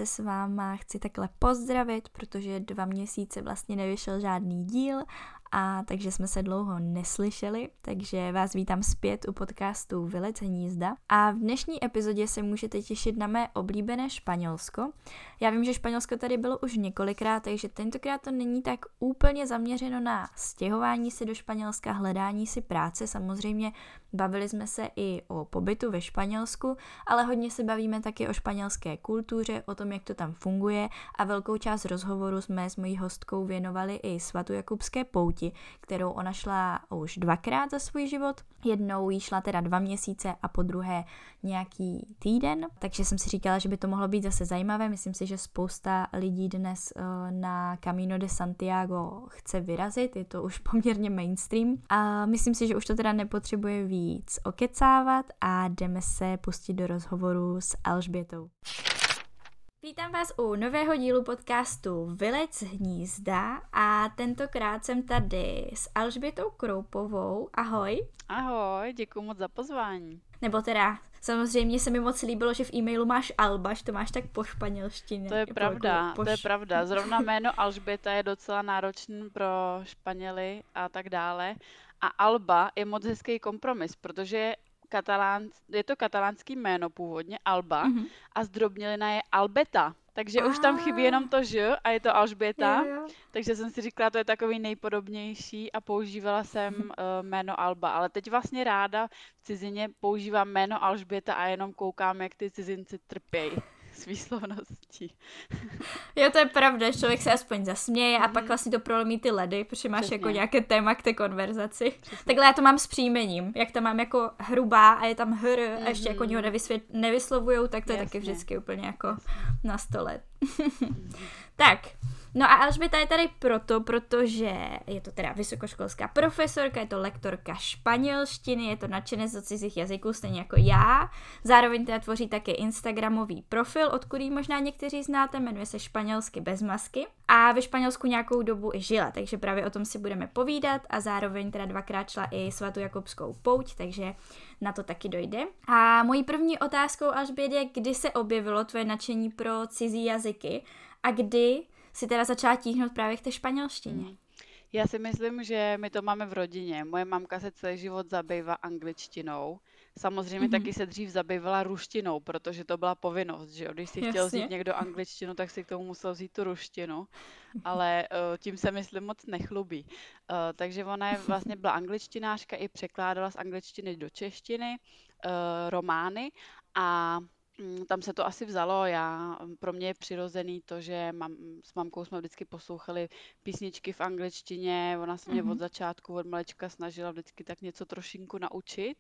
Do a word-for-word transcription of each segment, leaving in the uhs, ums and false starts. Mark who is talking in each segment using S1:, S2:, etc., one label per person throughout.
S1: se s váma chci takhle pozdravit, protože dva měsíce vlastně nevyšel žádný díl a takže jsme se dlouho neslyšeli, takže vás vítám zpět u podcastu Vylec hnízda a v dnešní epizodě se můžete těšit na mé oblíbené Španělsko. Já vím, že Španělsko tady bylo už několikrát, takže tentokrát to není tak úplně zaměřeno na stěhování si do Španělska, hledání si práce, samozřejmě bavili jsme se i o pobytu ve Španělsku, ale hodně se bavíme taky o španělské kultuře, o tom, jak to tam funguje a velkou část rozhovoru jsme s mojí hostkou věnovali i svatojakubské pouti, kterou ona šla už dvakrát za svůj život. Jednou jí šla teda dva měsíce a po druhé nějaký týden, takže jsem si říkala, že by to mohlo být zase zajímavé. Myslím si, že spousta lidí dnes uh, na Camino de Santiago chce vyrazit, je to už poměrně mainstream a myslím si, že už to teda nepotřebuje víc okecávat a jdeme se pustit do rozhovoru s Alžbětou. Vítám vás u nového dílu podcastu Vylec hnízda a tentokrát jsem tady s Alžbětou Kroupovou. Ahoj.
S2: Ahoj, děkuji moc za pozvání.
S1: Nebo teda, samozřejmě se mi moc líbilo, že v e-mailu máš Alba, že to máš tak po španělštině.
S2: To je
S1: po,
S2: pravda,
S1: jako, po
S2: to je pravda. Zrovna jméno Alžběta je docela náročný pro Španěly a tak dále. A Alba je moc hezký kompromis, protože katalán, je to katalánský jméno původně, Alba, mm-hmm. a zdrobnělina je Albeta. Takže a... už tam chybí jenom to ž a je to Alžběta. Jo, jo. Takže jsem si říkala, to je takový nejpodobnější a používala jsem uh, jméno Alba. Ale teď vlastně ráda v cizině používám jméno Alžběta a jenom koukám, jak ty cizinci trpějí s výslovností.
S1: Jo, to je pravda, člověk se aspoň zasměje mm. a pak vlastně to prolomí ty ledy, protože máš Přesně. jako nějaké téma k té konverzaci. Přesně. Takhle já to mám s příjmením. Jak tam mám jako hrubá a je tam hr mm-hmm. a ještě jako oni ho nevysvět, nevyslovujou, tak to Jasně. je taky vždycky úplně jako Jasně. na stole. Tak, no a Alžběta je tady proto, protože je to teda vysokoškolská profesorka, je to lektorka španělštiny, je to nadšenec do cizích jazyků, stejně jako já. Zároveň teda tvoří také instagramový profil, od který možná někteří znáte, jmenuje se Španělsky bez masky. A ve Španělsku nějakou dobu i žila, takže právě o tom si budeme povídat a zároveň teda dvakrát šla i svatojakubskou pouť, takže na to taky dojde. A mojí první otázkou, Alžbět, je, kdy se objevilo tvoje nadšení pro cizí jazyky a kdy si teda začala tíhnout právě k té španělštině. Hmm.
S2: Já si myslím, že my to máme v rodině. Moje mamka se celý život zabývá angličtinou. Samozřejmě mm-hmm. taky se dřív zabývala ruštinou, protože to byla povinnost, že jo? Když si chtěl vzít někdo angličtinu, tak si k tomu musel vzít tu ruštinu, ale uh, tím se myslím moc nechlubí. Uh, takže ona je vlastně byla angličtinářka, i překládala z angličtiny do češtiny uh, romány a tam se to asi vzalo. Já, pro mě je přirozený to, že mám, s mamkou jsme vždycky poslouchali písničky v angličtině. Ona se mě mm-hmm. od začátku, od malička snažila vždycky tak něco trošinku naučit.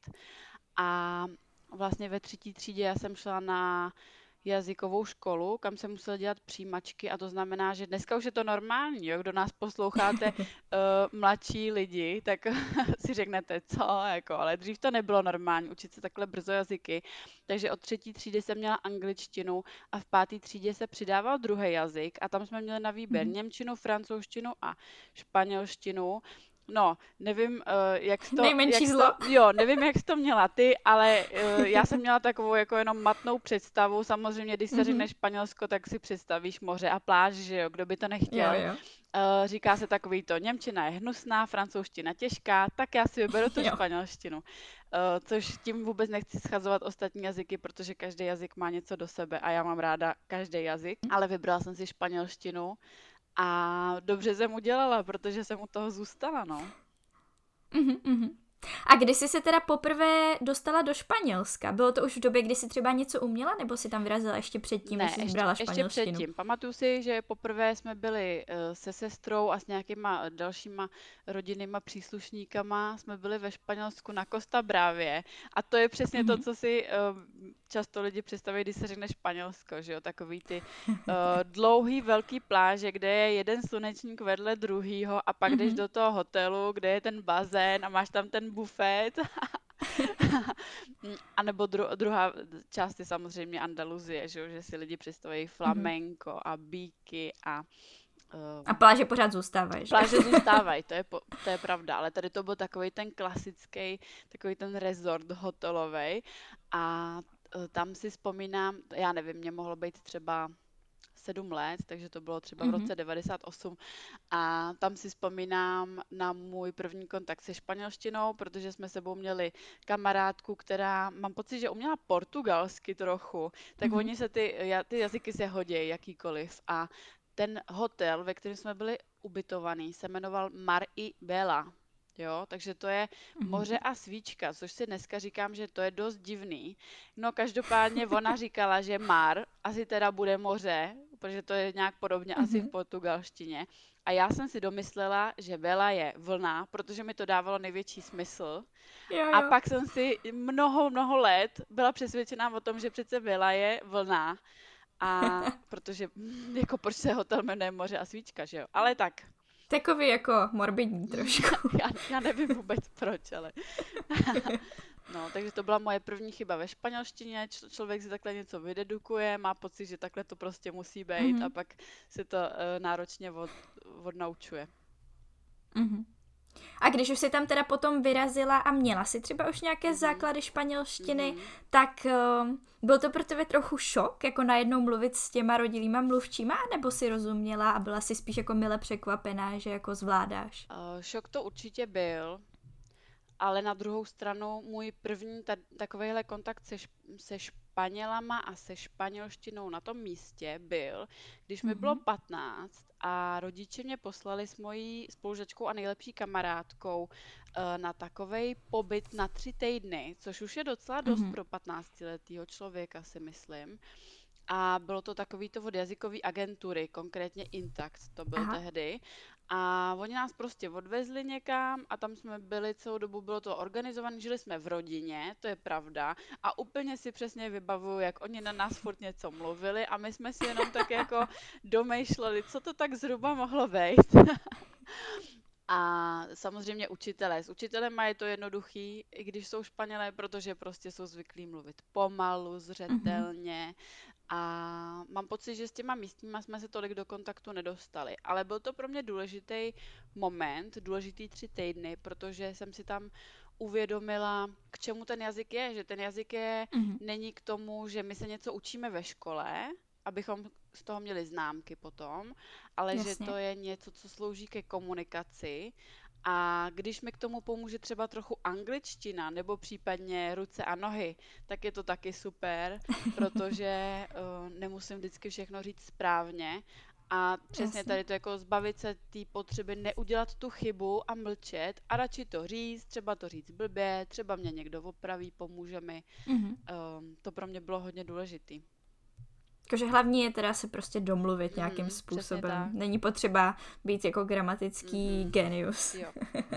S2: A vlastně ve třetí třídě já jsem šla na jazykovou školu, kam jsem musela dělat přijímačky a to znamená, že dneska už je to normální, jo? Kdo nás posloucháte, uh, mladší lidi, tak si řeknete, co, jako, ale dřív to nebylo normální, učit se takhle brzo jazyky, takže od třetí třídy jsem měla angličtinu a v páté třídě se přidával druhý jazyk a tam jsme měli na výběr mm-hmm. němčinu, francouzštinu a španělštinu. No, nevím, uh, jak to...
S1: Nejmenší
S2: jak
S1: zlo.
S2: To, jo, nevím, jak jsi to měla ty, ale uh, já jsem měla takovou jako jenom matnou představu. Samozřejmě, když se mm-hmm. řekne Španělsko, tak si představíš moře a pláž, že jo, kdo by to nechtěl.
S1: Jo, jo.
S2: Uh, říká se takový to, němčina je hnusná, francouzština těžká, tak já si vyberu tu
S1: jo.
S2: španělštinu. Uh, což tím vůbec nechci schazovat ostatní jazyky, protože každý jazyk má něco do sebe a já mám ráda každý jazyk, ale vybrala jsem si španělštinu. A dobře jsem udělala, protože jsem u toho zůstala, no.
S1: Uh-huh, uh-huh. A kdy jsi se teda poprvé dostala do Španělska? Bylo to už v době, kdy jsi třeba něco uměla, nebo jsi tam vyrazila ještě předtím,
S2: ne,
S1: než jsi
S2: ještě,
S1: brala španělštinu?
S2: ještě předtím. Pamatuju si, že poprvé jsme byli uh, se sestrou a s nějakýma dalšíma rodinnýma příslušníkama, jsme byli ve Španělsku na Costa Bravě a to je přesně mm-hmm. to, co si uh, často lidi představují, když se řekne Španělsko, že jo, takový ty uh, dlouhý velký pláže, kde je jeden slunečník vedle druhýho a pak mm-hmm. jdeš do toho hotelu, kde je ten bazén a máš tam ten bufet. A nebo dru- druhá část je samozřejmě Andaluzie, že, že si lidi představují flamenko a bíky a
S1: uh, a pláže pořád zůstávají.
S2: Pláže zůstávají, to je, po, to je pravda, ale tady to byl takový ten klasický, takový ten resort hotelovej a uh, tam si vzpomínám, já nevím, mě mohlo být třeba sedm let, takže to bylo třeba v
S1: Mhm.
S2: roce devadesát osm a tam si vzpomínám na můj první kontakt se španělštinou, protože jsme sebou měli kamarádku, která, mám pocit, že uměla portugalsky trochu, tak
S1: Mhm.
S2: oni se ty, ja- ty jazyky se hodí jakýkoliv a ten hotel, ve kterém jsme byli ubytovaný, se jmenoval Mar i Vela. Jo, takže to je moře
S1: Mhm.
S2: a svíčka, což si dneska říkám, že to je dost divný. No každopádně ona říkala, že mar asi teda bude moře, protože to je nějak podobně asi v
S1: Mhm.
S2: portugalštině. A já jsem si domyslela, že vela je vlna, protože mi to dávalo největší smysl.
S1: Jo,
S2: A
S1: jo.
S2: pak jsem si mnoho, mnoho let byla přesvědčená o tom, že přece vela je vlna. A protože, mm, jako proč se hotel jmenuje Moře a svíčka, že jo? Ale tak,
S1: Takový jako morbidní trošku.
S2: já, já nevím vůbec proč, ale... No, takže to byla moje první chyba ve španělštině. Č- člověk si takhle něco vydedukuje, má pocit, že takhle to prostě musí být a
S1: Mhm.
S2: pak si to uh, náročně od, odnaučuje.
S1: Mhm. A když už jsi tam teda potom vyrazila a měla si třeba už nějaké
S2: Mhm.
S1: základy španělštiny,
S2: Mhm.
S1: tak uh, byl to pro tebe trochu šok, jako najednou mluvit s těma rodilýma mluvčíma, nebo si rozuměla a byla si spíš jako mile překvapená, že jako zvládáš?
S2: Uh, šok to určitě byl, ale na druhou stranu můj první ta, takovýhle kontakt se, šp- se Španělama a se španělštinou na tom místě byl, když mi bylo
S1: Mhm.
S2: patnáct a rodiče mě poslali s mojí spolužačkou a nejlepší kamarádkou eh, na takovej pobyt na tři týdny, což už je docela dost
S1: Mhm.
S2: pro patnáctiletého člověka, si myslím. A bylo to takový to od jazykové agentury, konkrétně Intact to byl
S1: Aha.
S2: tehdy. A oni nás prostě odvezli někam a tam jsme byli celou dobu, bylo to organizované, žili jsme v rodině, to je pravda. A úplně si přesně vybavuju, jak oni na nás furt něco mluvili a my jsme si jenom tak jako domýšleli, co to tak zhruba mohlo být. A samozřejmě učitelé. S učitelema je to jednoduchý, i když jsou Španělé, protože prostě jsou zvyklí mluvit pomalu,
S1: Mhm.
S2: zřetelně. A mám pocit, že s těma místníma jsme se tolik do kontaktu nedostali. Ale byl to pro mě důležitý moment, důležitý tři týdny, protože jsem si tam uvědomila, k čemu ten jazyk je. Že ten jazyk je,
S1: Mhm.
S2: není k tomu, že my se něco učíme ve škole, abychom z toho měli známky potom, ale že
S1: Jasně.
S2: to je něco, co slouží ke komunikaci. A když mi k tomu pomůže třeba trochu angličtina nebo případně ruce a nohy, tak je to taky super, protože uh, nemusím vždycky všechno říct správně. A přesně
S1: Jasně.
S2: tady to jako zbavit se té potřeby neudělat tu chybu a mlčet a radši to říct, třeba to říct blbě, třeba mě někdo opraví, pomůže mi.
S1: Mhm.
S2: Um, to pro mě bylo hodně důležitý.
S1: Jakože hlavní je teda se prostě domluvit nějakým
S2: Mhm, přesně
S1: způsobem.
S2: tak.
S1: Není potřeba být jako gramatický
S2: Mhm.
S1: genius.
S2: Jo.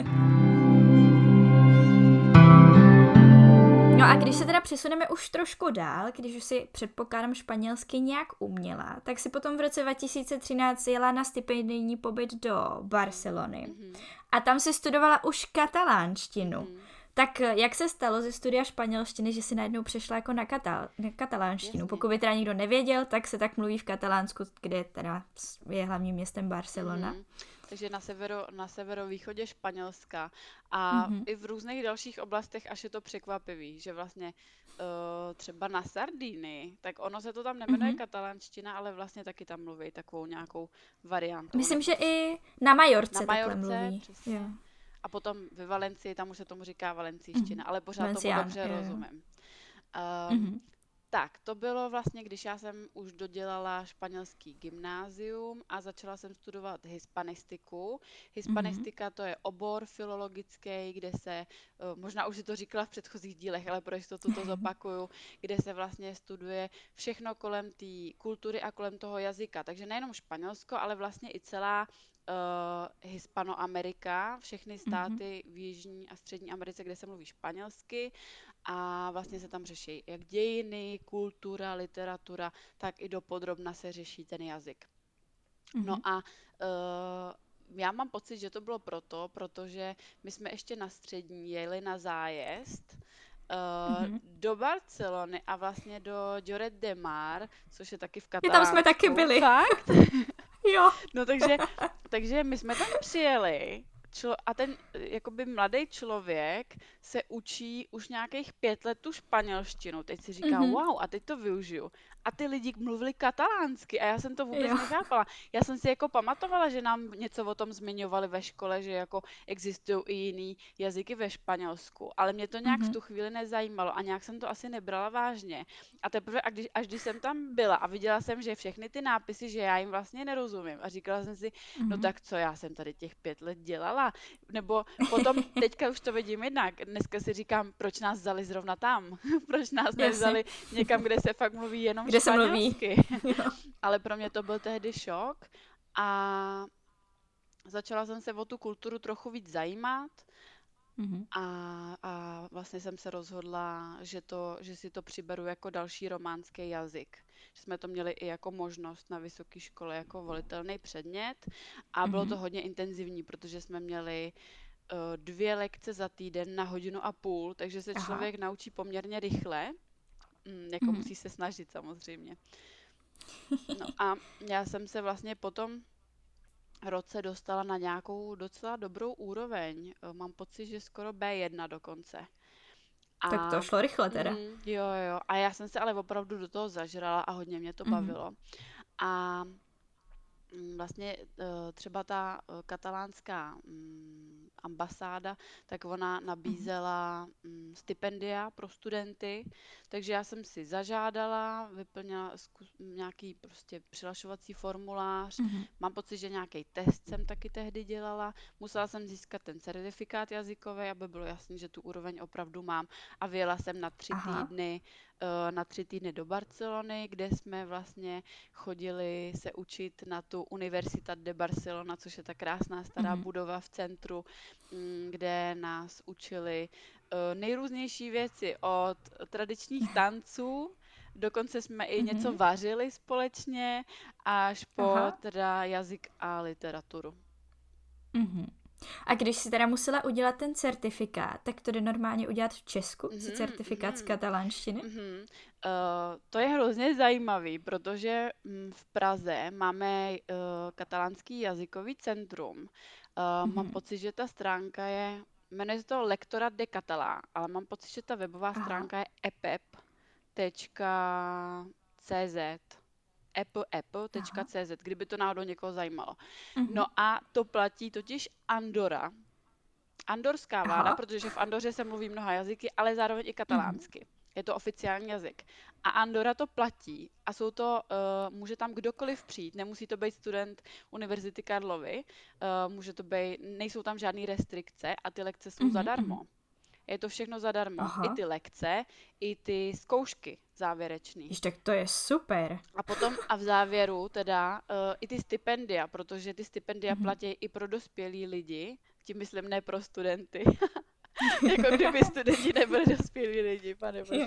S1: No a když se teda přesuneme už trošku dál, když už si předpokládám španělsky nějak uměla, tak si potom v roce dva tisíce třináct jela na stipendijní pobyt do Barcelony
S2: Mhm.
S1: a tam si studovala už katalánštinu.
S2: Mhm.
S1: Tak jak se stalo ze studia španělštiny, že si najednou přešla jako na, katal- na katalánštinu?
S2: Jasně.
S1: Pokud by teda nikdo nevěděl, tak se tak mluví v Katalánsku, kde teda je hlavním městem Barcelona.
S2: Mhm. Takže na, severo, na severovýchodě Španělska a
S1: Mhm.
S2: i v různých dalších oblastech až je to překvapivý, že vlastně uh, třeba na Sardínii, tak ono se to tam nemenuje
S1: Mhm.
S2: katalánština, ale vlastně taky tam mluví takovou nějakou variantou.
S1: Myslím,
S2: nebo
S1: že i na Majorce
S2: na
S1: takhle
S2: Majorce,
S1: mluví.
S2: přesně.
S1: Jo.
S2: A potom ve Valencii, tam už se tomu říká valencíština,
S1: Mhm.
S2: ale pořád tomu
S1: Valencián,
S2: dobře
S1: jo, jo.
S2: rozumím. Um,
S1: Mhm.
S2: Tak, to bylo vlastně, když já jsem už dodělala španělský gymnázium a začala jsem studovat hispanistiku. Hispanistika to je obor filologický, kde se, eh, možná už si to říkala v předchozích dílech, ale pro jistotu to zopakuju, kde se vlastně studuje všechno kolem té kultury a kolem toho jazyka. Takže nejenom Španělsko, ale vlastně i celá uh, Hispanoamerika, všechny státy v Jižní a Střední Americe, kde se mluví španělsky. A vlastně se tam řeší jak dějiny, kultura, literatura, tak i dopodrobna se řeší ten jazyk. No
S1: Mhm.
S2: a uh, já mám pocit, že to bylo proto, protože my jsme ještě na střední jeli na zájezd uh,
S1: Mhm.
S2: do Barcelony a vlastně do Lloret de Mar, což je taky v
S1: I
S2: Katalánsku.
S1: tam jsme taky byli.
S2: Fakt?
S1: Jo.
S2: No takže, takže my jsme tam přijeli člo, a ten jakoby mladý člověk se učí už nějakých pět let tu španělštinu. Teď si říká,
S1: Mhm.
S2: wow, a teď to využiju. a ty lidi mluvili katalánsky a já jsem to vůbec
S1: Jo.
S2: nechápala. Já jsem si jako pamatovala, že nám něco o tom zmiňovali ve škole, že jako existují i jiný jazyky ve Španělsku, ale mě to nějak v
S1: Mhm.
S2: tu chvíli nezajímalo a nějak jsem to asi nebrala vážně. A teprve, a když, až když jsem tam byla a viděla jsem, že všechny ty nápisy, že já jim vlastně nerozumím a říkala jsem si, no
S1: Mhm.
S2: tak co, já jsem tady těch pět let dělala, nebo potom teďka už to vidím jinak. Dneska si říkám, proč nás vzali zrovna tam, proč nás
S1: Jasně.
S2: nevzali někam, kde se fakt mluví jenom
S1: Kde se mluví.
S2: španělsky.
S1: Jo.
S2: Ale pro mě to byl tehdy šok a začala jsem se o tu kulturu trochu víc zajímat
S1: Mhm.
S2: a, a vlastně jsem se rozhodla, že, to, že si to přiberu jako další románský jazyk. Že jsme to měli i jako možnost na vysoké škole jako volitelný předmět a bylo to
S1: Mhm.
S2: hodně intenzivní, protože jsme měli uh, dvě lekce za týden na hodinu a půl, takže se
S1: Aha.
S2: člověk naučí poměrně rychle. Mm, jako
S1: Mhm.
S2: musí se snažit samozřejmě. No a já jsem se vlastně potom roce dostala na nějakou docela dobrou úroveň. Eh, Mám pocit, že skoro bé jedna dokonce.
S1: Tak to
S2: A
S1: šlo rychle teda.
S2: mm, jo, jo. A já jsem se ale opravdu do toho zažrala a hodně mě to
S1: Mhm.
S2: bavilo. A mm, vlastně eh, třeba ta eh, katalánská mm, ambasáda, tak ona
S1: Mhm.
S2: nabízela mm, stipendia pro studenty, takže já jsem si zažádala, vyplnila zkus, nějaký prostě přihlašovací formulář,
S1: Mhm.
S2: mám pocit, že nějaký test jsem taky tehdy dělala, musela jsem získat ten certifikát jazykový, aby bylo jasné, že tu úroveň opravdu mám a vyjela jsem na tři
S1: Aha.
S2: týdny, eh, na tři týdny do Barcelony, kde jsme vlastně chodili se učit na tu Universitat de Barcelona, což je ta krásná stará
S1: Mhm.
S2: budova v centru, mm, kde nás učili eh, nejrůznější věci od tradičních tanců, dokonce jsme i něco
S1: Mhm.
S2: vařili společně, až po
S1: Aha.
S2: teda jazyk a literaturu.
S1: Mhm. A když si teda musela udělat ten certifikát, tak to jde normálně udělat v Česku, si
S2: Mhm,
S1: certifikát z
S2: mhm.
S1: katalánštiny?
S2: Mhm. Uh, to je hrozně zajímavý, protože mm, v Praze máme uh, katalánský jazykový centrum. Uh, Mám
S1: Mhm.
S2: pocit, že ta stránka je, jmenuje se to Lectorat de Català, ale mám pocit, že ta webová
S1: Aha.
S2: stránka je epep tečka cé zet. apple apple tečka
S1: Aha.
S2: cé zet, kdyby to náhodou někoho zajímalo.
S1: Mhm.
S2: No a to platí totiž Andora, andorská vláda,
S1: Aha.
S2: protože v Andoře se mluví mnoha jazyky, ale zároveň i
S1: Mhm.
S2: katalánsky. Je to oficiální jazyk. A Andora to platí a jsou to, uh, může tam kdokoliv přijít, nemusí to být student Univerzity Karlovy, uh, může to být, nejsou tam žádné restrikce a ty lekce jsou
S1: Mhm.
S2: zadarmo.
S1: Mhm.
S2: Je to všechno zadarmo. I
S1: Aha.
S2: ty lekce, i ty zkoušky závěrečný.
S1: Již tak to je super.
S2: A potom a v závěru teda uh, i ty stipendia, protože ty stipendia
S1: Mhm.
S2: platí i pro dospělí lidi, tím myslím ne pro studenty. Jako kdyby studenti nebyli dospělí lidi, pane bože.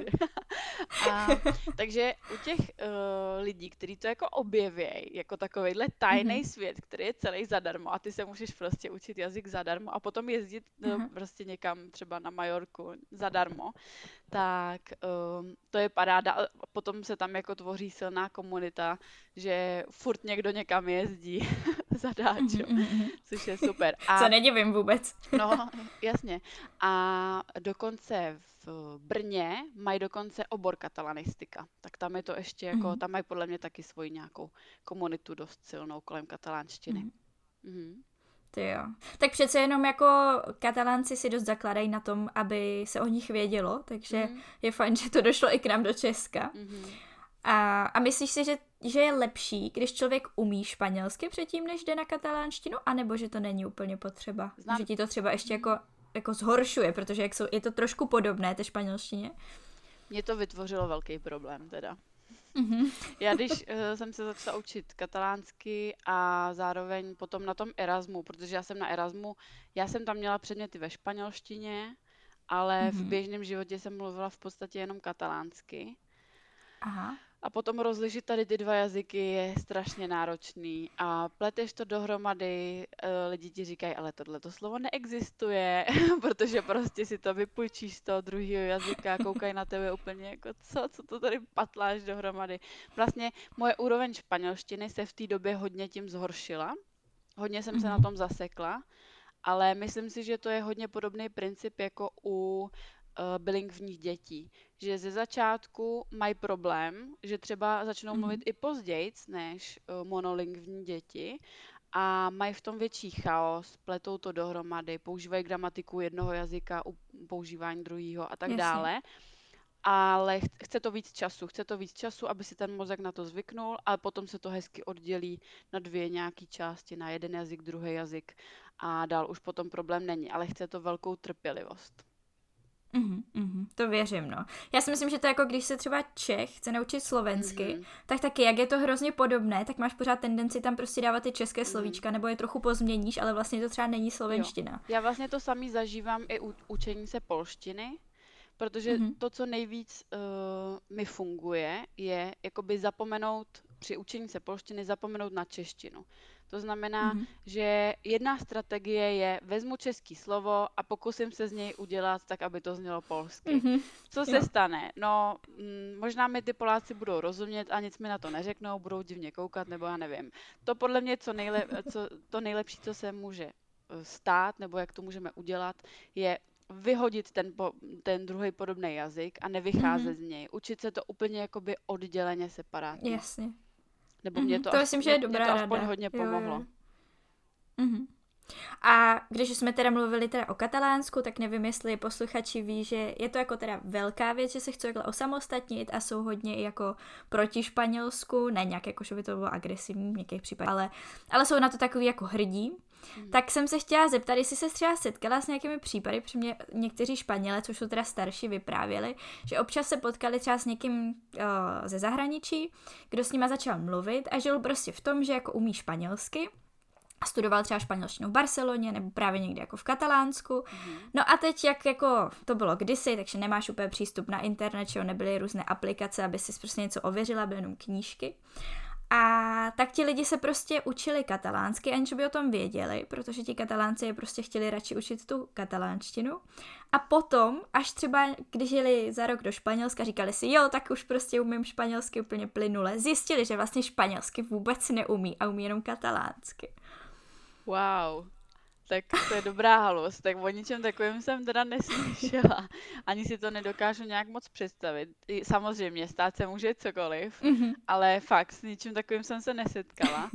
S2: A, takže u těch uh, lidí, kteří to jako objevějí, jako takovejhle tajný
S1: Mhm.
S2: svět, který je celý zadarmo a ty se můžeš prostě učit jazyk zadarmo a potom jezdit uh,
S1: Aha.
S2: prostě někam třeba na Majorku zadarmo, tak um, to je paráda. A potom se tam jako tvoří silná komunita, že furt někdo někam jezdí zadáčo,
S1: Mhm. Mhm.
S2: což je super.
S1: Co
S2: A
S1: nedivím vůbec.
S2: no, jasně. A dokonce v Brně mají dokonce obor katalanistika. Tak tam je to ještě jako,
S1: Mhm.
S2: tam mají podle mě taky svoji nějakou komunitu dost silnou kolem katalánštiny.
S1: Mhm.
S2: Mhm.
S1: Ty jo. Tak přece jenom jako Katalánci si dost zakladají na tom, aby se o nich vědělo, takže
S2: Mhm.
S1: je fajn, že to došlo i k nám do Česka.
S2: Mhm.
S1: A, a myslíš si, že, že je lepší, když člověk umí španělsky předtím, než jde na katalánštinu, anebo že to není úplně potřeba?
S2: Znám-
S1: Že ti to třeba ještě jako, jako zhoršuje, protože jak jsou, je to trošku podobné té španělštině.
S2: Mně to vytvořilo velký problém teda.
S1: Mhm.
S2: Já když uh, jsem se začala učit katalánsky a zároveň potom na tom Erasmu, protože já jsem na Erasmu, já jsem tam měla předměty ve španělštině, ale v
S1: Mhm.
S2: běžném životě jsem mluvila v podstatě jenom katalánsky.
S1: Aha.
S2: A potom rozlišit tady ty dva jazyky je strašně náročný a pleteš to dohromady, eh, lidi ti říkají, ale tohleto slovo neexistuje, protože prostě si to vypůjčíš z toho druhého jazyka, koukají na tebe úplně jako co, co to tady patláš dohromady. Vlastně moje úroveň španělštiny se v té době hodně tím zhoršila, hodně jsem se na
S1: Mhm.
S2: tom zasekla, ale myslím si, že to je hodně podobný princip jako u bilingvních dětí. Že ze začátku mají problém, že třeba začnou
S1: Mhm.
S2: mluvit i později než uh, monolingvní děti a mají v tom větší chaos, pletou to dohromady, používají gramatiku jednoho jazyka u používání druhého a tak
S1: Jasně.
S2: dále. Ale ch- chce to víc času, chce to víc času, aby si ten mozek na to zvyknul, ale potom se to hezky oddělí na dvě nějaký části, na jeden jazyk, druhý jazyk a dál už potom problém není, ale chce to velkou trpělivost.
S1: Mhm, mhm, to věřím, no. Já si myslím, že to je jako když se třeba Čech chce naučit slovensky,
S2: Mhm.
S1: tak taky, jak je to hrozně podobné, tak máš pořád tendenci tam prostě dávat ty české
S2: Mhm.
S1: slovíčka, nebo je trochu pozměníš, ale vlastně to třeba není slovenština.
S2: Já vlastně to samý zažívám i u učení se polštiny, protože
S1: Mhm.
S2: to, co nejvíc uh, mi funguje, je jakoby zapomenout při učení se polštiny, zapomenout na češtinu. To znamená,
S1: Mhm.
S2: že jedna strategie je, vezmu český slovo a pokusím se z něj udělat tak, aby to znělo polsky.
S1: Mhm.
S2: Co se
S1: Jo.
S2: stane? No, mm, možná mi ty Poláci budou rozumět a nic mi na to neřeknou, budou divně koukat, nebo já nevím. To podle mě co nejle- co, to nejlepší, co se může eh, stát, nebo jak to můžeme udělat, je vyhodit ten, po, ten druhý podobný jazyk a nevycházet
S1: Mhm.
S2: z něj. Učit se to úplně jakoby odděleně, separátně.
S1: Jasně.
S2: Nebo mě
S1: Mhm.
S2: to,
S1: To
S2: aspoň,
S1: myslím, že
S2: mě,
S1: je
S2: mě
S1: dobrá
S2: to aspoň
S1: rada.
S2: hodně
S1: Jo, jo,
S2: pomohlo.
S1: jo. Mhm. A když jsme teda mluvili teda o Katalánsku, tak nevím, jestli posluchači ví, že je to jako teda velká věc, že se chce takhle osamostatnit a jsou hodně i jako proti Španělsku, ne nějak jako, že by to bylo agresivní v některých případech, ale, ale jsou na to takový jako hrdí.
S2: Mhm.
S1: Tak jsem se chtěla zeptat, jestli se třeba setkala s nějakými případy, protože mě někteří Španělé, což jsou teda starší, vyprávěli, že občas se potkali třeba s někým uh, ze zahraničí, kdo s nima začal mluvit a žil prostě v tom, že jako umí španělsky, a studoval třeba španělštinu v Barceloně nebo právě někde jako v Katalánsku.
S2: Mhm.
S1: No a teď, jak jako to bylo kdysi, takže nemáš úplně přístup na internet, že jo, nebyly různé aplikace, aby si prostě něco ověřila, byly jenom knížky. A tak ti lidi se prostě učili katalánsky, aniž by o tom věděli, protože ti Katalánci je prostě chtěli radši učit tu katalánštinu. A potom, až třeba, když jeli za rok do Španělska, říkali si, jo, tak už prostě umím španělsky úplně plynule. Zjistili, že vlastně španělsky vůbec neumí a umí jenom katalánsky.
S2: Wow, tak to je dobrá halus. Tak o ničem takovém jsem teda neslyšela. Ani si to nedokážu nějak moc představit. I samozřejmě, stát se může cokoliv,
S1: Mhm.
S2: ale fakt s ničím takovým jsem se nesetkala.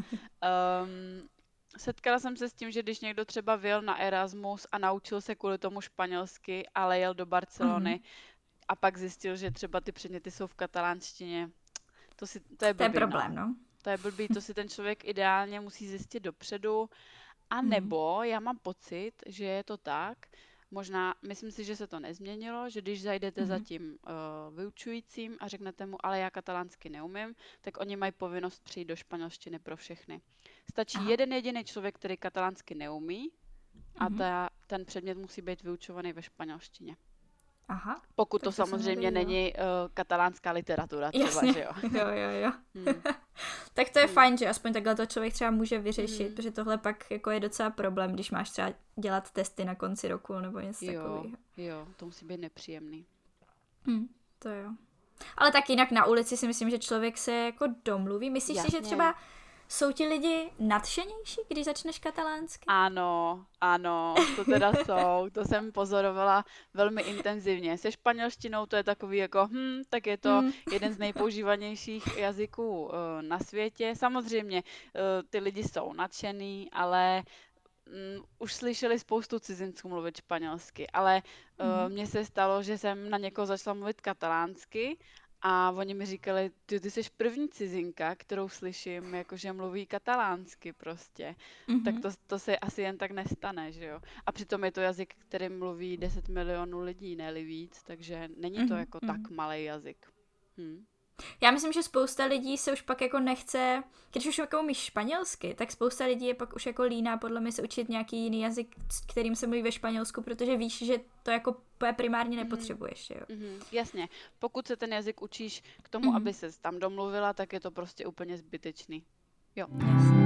S2: Um, setkala jsem se s tím, že když někdo třeba vyjel na Erasmus a naučil se kvůli tomu španělsky, ale jel do Barcelony
S1: Mhm.
S2: a pak zjistil, že třeba ty předměty jsou v katalánštině, to, si, to je
S1: To je
S2: blbý,
S1: problém,
S2: no.
S1: no.
S2: To je blbý, to si ten člověk ideálně musí zjistit dopředu. A
S1: Mhm.
S2: nebo já mám pocit, že je to tak, možná, myslím si, že se to nezměnilo, že když zajdete za
S1: Mhm.
S2: tím uh, vyučujícím a řeknete mu, ale já katalánsky neumím, tak oni mají povinnost přijít do španělštiny pro všechny. Stačí
S1: Aha.
S2: jeden jediný člověk, který katalánsky neumí a
S1: Mhm.
S2: ta, ten předmět musí být vyučovaný ve španělštině.
S1: Aha.
S2: Pokud
S1: Tak
S2: to
S1: to jsem
S2: samozřejmě
S1: nevěděla.
S2: není uh, katalánská literatura třeba,
S1: Jasně.
S2: že jo.
S1: Jo, jo, jo.
S2: Hmm.
S1: Tak to je
S2: Hmm.
S1: fajn, že aspoň takhle to člověk třeba může vyřešit,
S2: Mhm.
S1: protože tohle pak jako je docela problém, když máš třeba dělat testy na konci roku nebo něco
S2: Jo,
S1: takového.
S2: jo, to musí být nepříjemný.
S1: Hm, to jo. Ale tak jinak na ulici si myslím, že člověk se jako domluví. Myslíš si, že
S2: Jasně.
S1: třeba jsou ti lidi nadšenější, když začneš katalánsky?
S2: Ano, ano, to teda jsou. To jsem pozorovala velmi intenzivně. Se španělštinou to je takový jako, hm, tak je to
S1: Hm.
S2: jeden z nejpoužívanějších jazyků uh, na světě. Samozřejmě uh, ty lidi jsou nadšený, ale um, už slyšeli spoustu cizinců mluvit španělsky. Ale uh,
S1: Mhm.
S2: mně se stalo, že jsem na někoho začala mluvit katalánsky a oni mi říkali, ty, ty jsi první cizinka, kterou slyším, jakože mluví katalánsky prostě. Tak
S1: Mhm.
S2: to, to se asi jen tak nestane, že jo. A přitom je to jazyk, který mluví deset milionů lidí, ne-li víc, takže není to
S1: Mhm,
S2: jako
S1: mhm.
S2: tak malý jazyk. Hm.
S1: Já myslím, že spousta lidí se už pak jako nechce, když už jako umíš španělsky, tak spousta lidí je pak už jako líná podle mě se učit nějaký jiný jazyk, s kterým se mluví ve Španělsku, protože víš, že to jako primárně nepotřebuješ, jo.
S2: Mhm, jasně. Pokud se ten jazyk učíš k tomu,
S1: Mhm.
S2: aby ses tam domluvila, tak je to prostě úplně zbytečný. Jo.
S1: Jasně.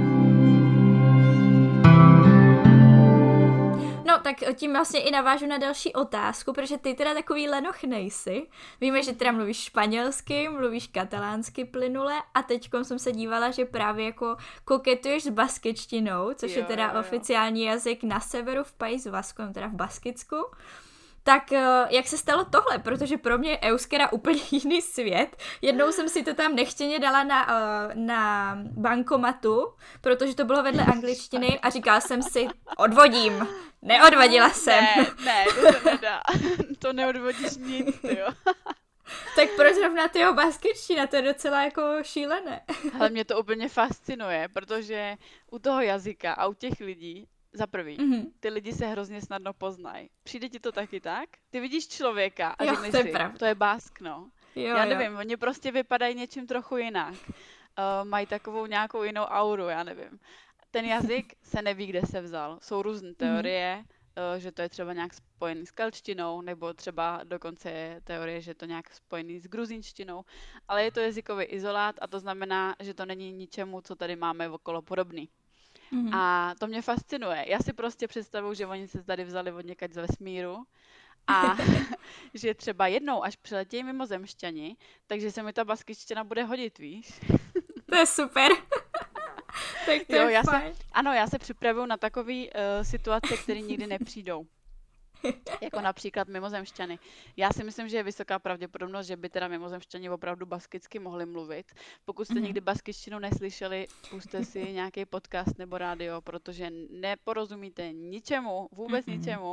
S1: No, tak tím vlastně i navážu na další otázku, protože ty teda takový lenoch nejsi. Víme, že teda mluvíš španělsky, mluvíš katalánsky plynule a teďkom jsem se dívala, že právě jako koketuješ s baskičtinou, což
S2: Jo,
S1: je teda
S2: jo, jo.
S1: oficiální jazyk na severu v País Vasco, teda v Baskicku. Tak jak se stalo tohle? Protože pro mě je euskera úplně jiný svět. Jednou jsem si to tam nechtěně dala na, na bankomatu, protože to bylo vedle angličtiny a říkala jsem si, odvodím. Neodvodila jsem.
S2: Ne, ne, to se nedá. To neodvodíš nic, jo.
S1: Tak proč zrovna tyho baskičtina, to je docela jako šílené.
S2: Ale mě to úplně fascinuje, protože u toho jazyka a u těch lidí, za prvý, mm-hmm. ty lidi se hrozně snadno poznají. Přijde ti to taky tak? Ty vidíš člověka a řekneš si, to je Bask, no. Jo, já nevím, jo. Oni prostě vypadají něčím trochu jinak. Uh, mají takovou nějakou jinou auru, já nevím. Ten jazyk se neví, kde se vzal. Jsou různé teorie, mm-hmm. uh, že to je třeba nějak spojený s kelčtinou, nebo třeba dokonce je teorie, že je to nějak spojený s gruzínštinou, ale je to jazykový izolát a to znamená, že to není ničemu, co tady máme okolo podobný. Mm-hmm. A to mě fascinuje. Já si prostě představuju, že oni se tady vzali od někať z vesmíru a že třeba jednou, až přiletějí mimozemšťani, takže se mi ta baskičtina bude hodit, víš?
S1: To je super. Tak to
S2: jo,
S1: je
S2: já
S1: fajn.
S2: Se, ano, já se připravuju na takové uh, situace, které nikdy nepřijdou. Jako například mimozemšťany. Já si myslím, že je vysoká pravděpodobnost, že by teda mimozemšťani opravdu baskicky mohli mluvit. Pokud jste mm-hmm. někdy baskičtinu neslyšeli, puste si nějaký podcast nebo rádio, protože neporozumíte ničemu, vůbec mm-hmm. ničemu.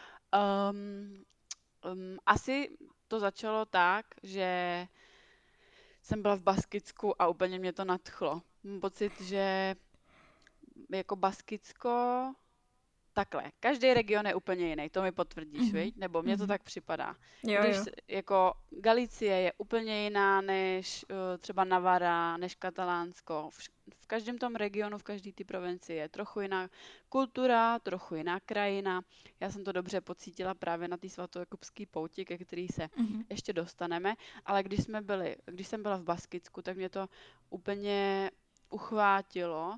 S2: Um, um, asi to začalo tak, že jsem byla v Baskicku a úplně mě to nadchlo. Mám pocit, že jako Baskicko... Takhle, každý region je úplně jiný, to mi potvrdíš, mm-hmm. viď? Nebo mně to tak připadá.
S1: Jo,
S2: Když
S1: jo.
S2: jako Galicie je úplně jiná než uh, třeba Navara, než Katalánsko. V, v každém tom regionu, v každé té provincii je trochu jiná kultura, trochu jiná krajina. Já jsem to dobře pocítila právě na té svatojakubské pouti, ke který se mm-hmm. ještě dostaneme, ale když jsme byli, když jsem byla v Baskicku, tak mě to úplně uchvátilo.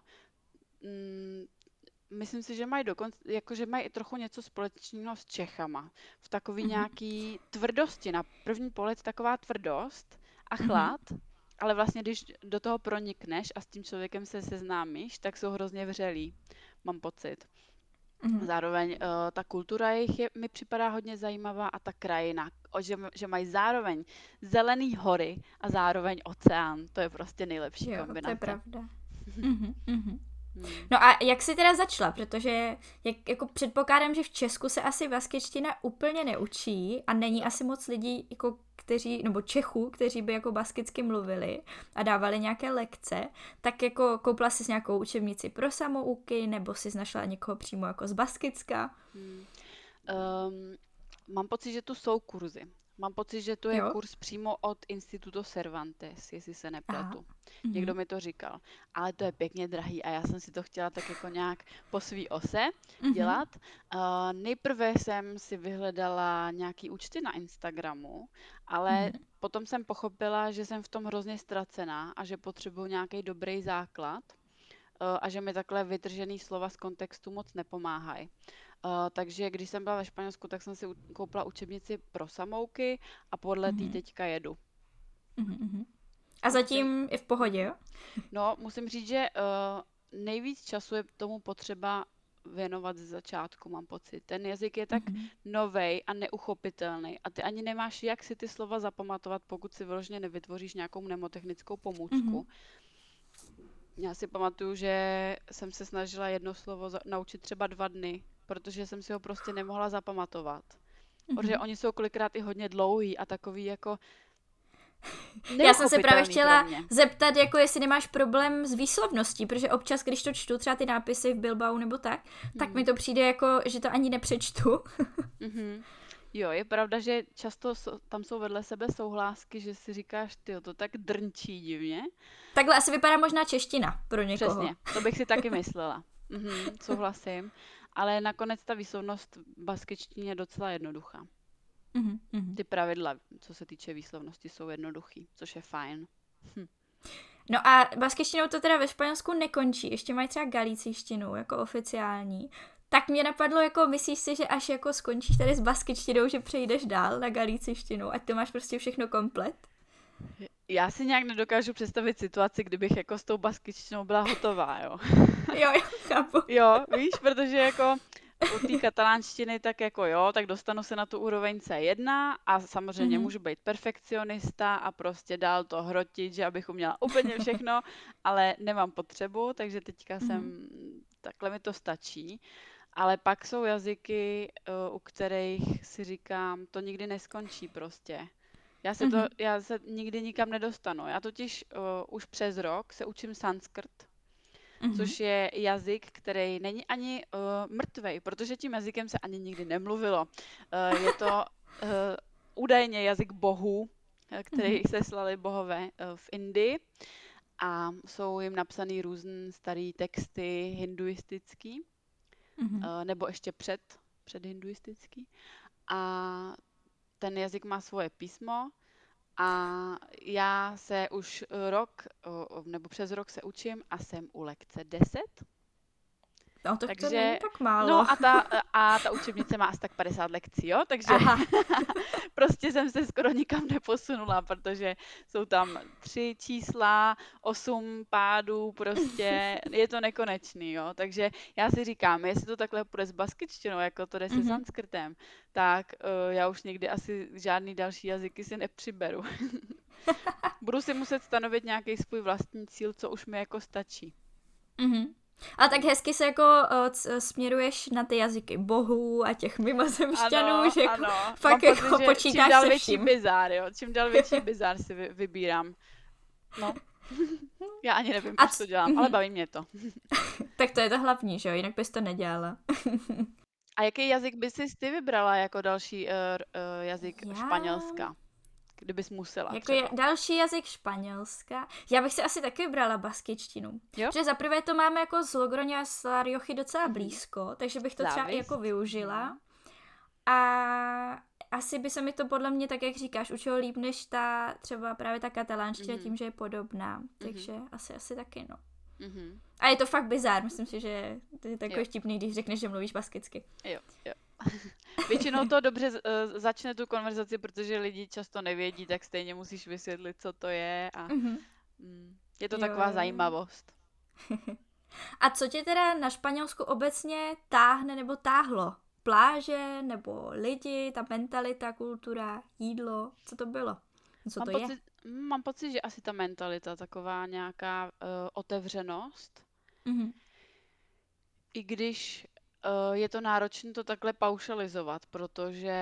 S2: Mm, Myslím si, že mají dokonce, jakože mají trochu něco společného s Čechama. V takový mm-hmm. nějaký tvrdosti. Na první pohled taková tvrdost a chlad, mm-hmm. ale vlastně když do toho pronikneš a s tím člověkem se seznámíš, tak jsou hrozně vřelí, mám pocit. Mm-hmm. Zároveň uh, ta kultura jejich je, mi připadá hodně zajímavá a ta krajina, o, že, že mají zároveň zelený hory a zároveň oceán. To je prostě nejlepší
S1: jo,
S2: kombinace.
S1: To je pravda. mm-hmm, mm-hmm. No a jak jsi teda začala, protože jak, jako předpokládám, že v Česku se asi baskičtina úplně neučí a není asi moc lidí, jako kteří, nebo Čechů, kteří by jako baskicky mluvili a dávali nějaké lekce, tak jako koupila jsi nějakou učebnici pro samouky, nebo jsi našla někoho přímo jako z Baskicka? Hmm.
S2: Um, mám pocit, že tu jsou kurzy. Mám pocit, že to je jo? kurz přímo od Instituto Cervantes, jestli se nepletu. Aha. Někdo mm-hmm. mi to říkal. Ale to je pěkně drahý a já jsem si to chtěla tak jako nějak po svý ose mm-hmm. dělat. Uh, nejprve jsem si vyhledala nějaký účty na Instagramu, ale mm-hmm. potom jsem pochopila, že jsem v tom hrozně ztracená a že potřebuji nějaký dobrý základ uh, a že mi takhle vytržený slova z kontextu moc nepomáhají. Uh, takže když jsem byla ve Španělsku, tak jsem si u- koupila učebnici pro samouky a podle mm-hmm. té teďka jedu.
S1: Mm-hmm. A zatím je v pohodě, jo?
S2: No, musím říct, že uh, nejvíc času je tomu potřeba věnovat ze začátku, mám pocit. Ten jazyk je tak mm-hmm. novej a neuchopitelný a ty ani nemáš, jak si ty slova zapamatovat, pokud si vyloženě nevytvoříš nějakou mnemotechnickou pomůcku. Mm-hmm. Já si pamatuju, že jsem se snažila jedno slovo za- naučit třeba dva dny, protože jsem si ho prostě nemohla zapamatovat. Mm-hmm. Protože oni jsou kolikrát i hodně dlouhý a takový jako
S1: já jsem se právě chtěla zeptat, jako jestli nemáš problém s výslovností, protože občas, když to čtu, třeba ty nápisy v Bilbao nebo tak, mm. tak mi to přijde jako, že to ani nepřečtu.
S2: mm-hmm. Jo, je pravda, že často tam jsou vedle sebe souhlásky, že si říkáš, tyjo, to tak drnčí divně.
S1: Takhle asi vypadá možná čeština pro někoho.
S2: Přesně, to bych si taky myslela. Mhm, souhlasím. Ale nakonec ta výslovnost v baskičtině je docela jednoduchá. Mm-hmm. Ty pravidla, co se týče výslovnosti, jsou jednoduchý, což je fajn. Hm.
S1: No a baskičtinou to teda ve Španělsku nekončí, ještě mají třeba galicíštinu jako oficiální. Tak mě napadlo, jako myslíš si, že až jako skončíš tady s baskičtinou, že přejdeš dál na galicíštinu, ať to máš prostě všechno komplet?
S2: Já si nějak nedokážu představit situaci, kdybych jako s tou baskičtinou byla hotová, jo.
S1: Jo, jo, chápu.
S2: Jo, víš, protože jako u té katalánštiny tak jako jo, tak dostanu se na tu úroveň C jedna a samozřejmě mm-hmm. můžu být perfekcionista a prostě dál to hrotit, že abych uměla úplně všechno, ale nemám potřebu, takže teďka mm-hmm. jsem, takhle mi to stačí. Ale pak jsou jazyky, u kterých si říkám, to nikdy neskončí prostě. Já se, to, mm-hmm. já se nikdy nikam nedostanu. Já totiž uh, už přes rok se učím sanskrt, mm-hmm. což je jazyk, který není ani uh, mrtvej, protože tím jazykem se ani nikdy nemluvilo. Uh, je to uh, údajně jazyk bohů, který mm-hmm. seslali bohové uh, v Indii a jsou jim napsaný různé staré texty hinduistický, mm-hmm. uh, nebo ještě před, před hinduistický. A ten jazyk má svoje písmo a já se už rok, nebo přes rok se učím a jsem u lekce deset.
S1: No, tak takže, to není tak málo.
S2: No a ta, a ta učebnice má asi tak padesát lekcí, jo, takže prostě jsem se skoro nikam neposunula, protože jsou tam tři čísla, osm pádů, prostě je to nekonečný, jo, takže já si říkám, jestli to takhle půjde s baskičtinou, jako to jde se mm-hmm. sanskrtem, tak uh, já už nikdy asi žádný další jazyky si nepřiberu. Budu si muset stanovit nějaký svůj vlastní cíl, co už mi jako stačí.
S1: Mhm. A tak hezky se jako uh, směruješ na ty jazyky bohů a těch mimozemšťanů, ano, že jako
S2: ano.
S1: fakt
S2: Mám
S1: jako
S2: pocit,
S1: počítáš
S2: čím dál
S1: se
S2: větší
S1: vším.
S2: bizár, jo, čím dál větší bizár si vy, vybírám. No, já ani nevím, proč c- to dělám, ale baví mě to.
S1: Tak to je to hlavní, že jo, jinak bys to nedělala.
S2: A jaký jazyk bys si ty vybrala jako další uh, uh, jazyk já... Španělska? Kdybys musela
S1: jako
S2: třeba.
S1: Je další jazyk Španělska. Já bych si asi taky vybrala baskičtinu. Jo? Protože zaprvé to máme jako z Logroña a z La Riochy docela blízko, takže bych to Závis. třeba i jako využila. A asi by se mi to podle mě, tak jak říkáš, učilo líp než ta třeba právě ta katalánština mm-hmm. tím, že je podobná. Takže mm-hmm. asi, asi taky, no. Mm-hmm. A je to fakt bizár, myslím si, že to je takový vtipný, když řekneš, že mluvíš baskicky.
S2: Jo, jo. Většinou to dobře uh, začne tu konverzaci, protože lidi často nevědí, tak stejně musíš vysvětlit, co to je a mm-hmm. mm, je to jo, taková jo. zajímavost.
S1: A co tě teda na Španělsku obecně táhne nebo táhlo? Pláže nebo lidi, ta mentalita, kultura, jídlo, co to bylo? Co
S2: mám
S1: to
S2: pocit, je? Mám pocit, že asi ta mentalita, taková nějaká uh, otevřenost. Mm-hmm. I když je to náročné to takhle paušalizovat, protože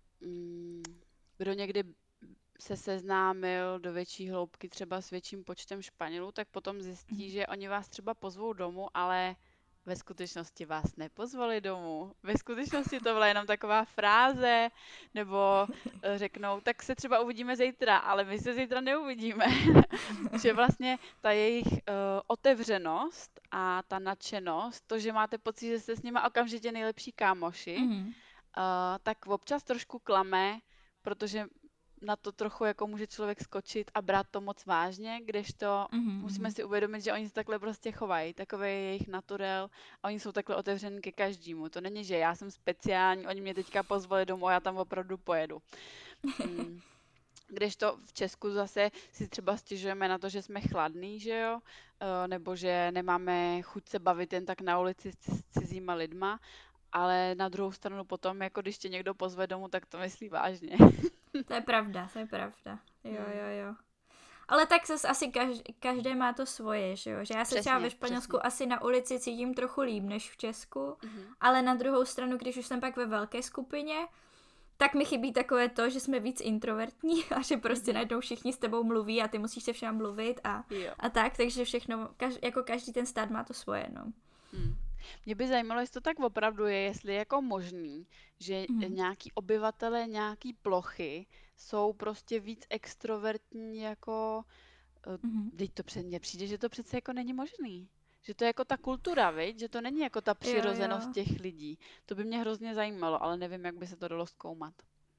S2: mm, kdo někdy se seznámil do větší hloubky třeba s větším počtem Španělů, tak potom zjistí, že oni vás třeba pozvou domů, ale ve skutečnosti vás nepozvali domů. Ve skutečnosti to byla jenom taková fráze, nebo řeknou, tak se třeba uvidíme zítra, ale my se zítra neuvidíme. Že vlastně ta jejich uh, otevřenost a ta nadšenost, to, že máte pocit, že jste s nima okamžitě nejlepší kámoši, mm-hmm. uh, tak občas trošku klame, protože na to trochu jako může člověk skočit a brát to moc vážně, kdežto mm-hmm. musíme si uvědomit, že oni se takhle prostě chovají, takový je jejich naturel a oni jsou takhle otevření ke každému. To není, že já jsem speciální, oni mě teďka pozvali domů a já tam opravdu pojedu. Mm. Kdežto v Česku zase si třeba stěžujeme na to, že jsme chladný, že jo, nebo že nemáme chuť se bavit jen tak na ulici s cizíma lidma, ale na druhou stranu potom, jako když tě někdo pozve domů, tak to myslí vážně.
S1: To je pravda, to je pravda. Jo, jo, jo. Ale tak zase asi každý, každé má to svoje, že jo. Že já se přesně, třeba ve Španělsku přesně. asi na ulici cítím trochu líp než v Česku, mm-hmm. ale na druhou stranu, když už jsem pak ve velké skupině, tak mi chybí takové to, že jsme víc introvertní a že prostě mm-hmm. najednou všichni s tebou mluví a ty musíš se všem mluvit a, a tak, takže všechno, kaž, jako každý ten stát má to svoje, no.
S2: Mm. Mě by zajímalo, jestli to tak opravdu je, jestli je jako možný, že mm. nějaký obyvatele nějaký plochy jsou prostě víc extrovertní jako, mm. teď to před mně přijde, že to přece jako není možný. Že to je jako ta kultura, viď? Že to není jako ta přirozenost jo, jo. těch lidí. To by mě hrozně zajímalo, ale nevím, jak by se to dalo zkoumat.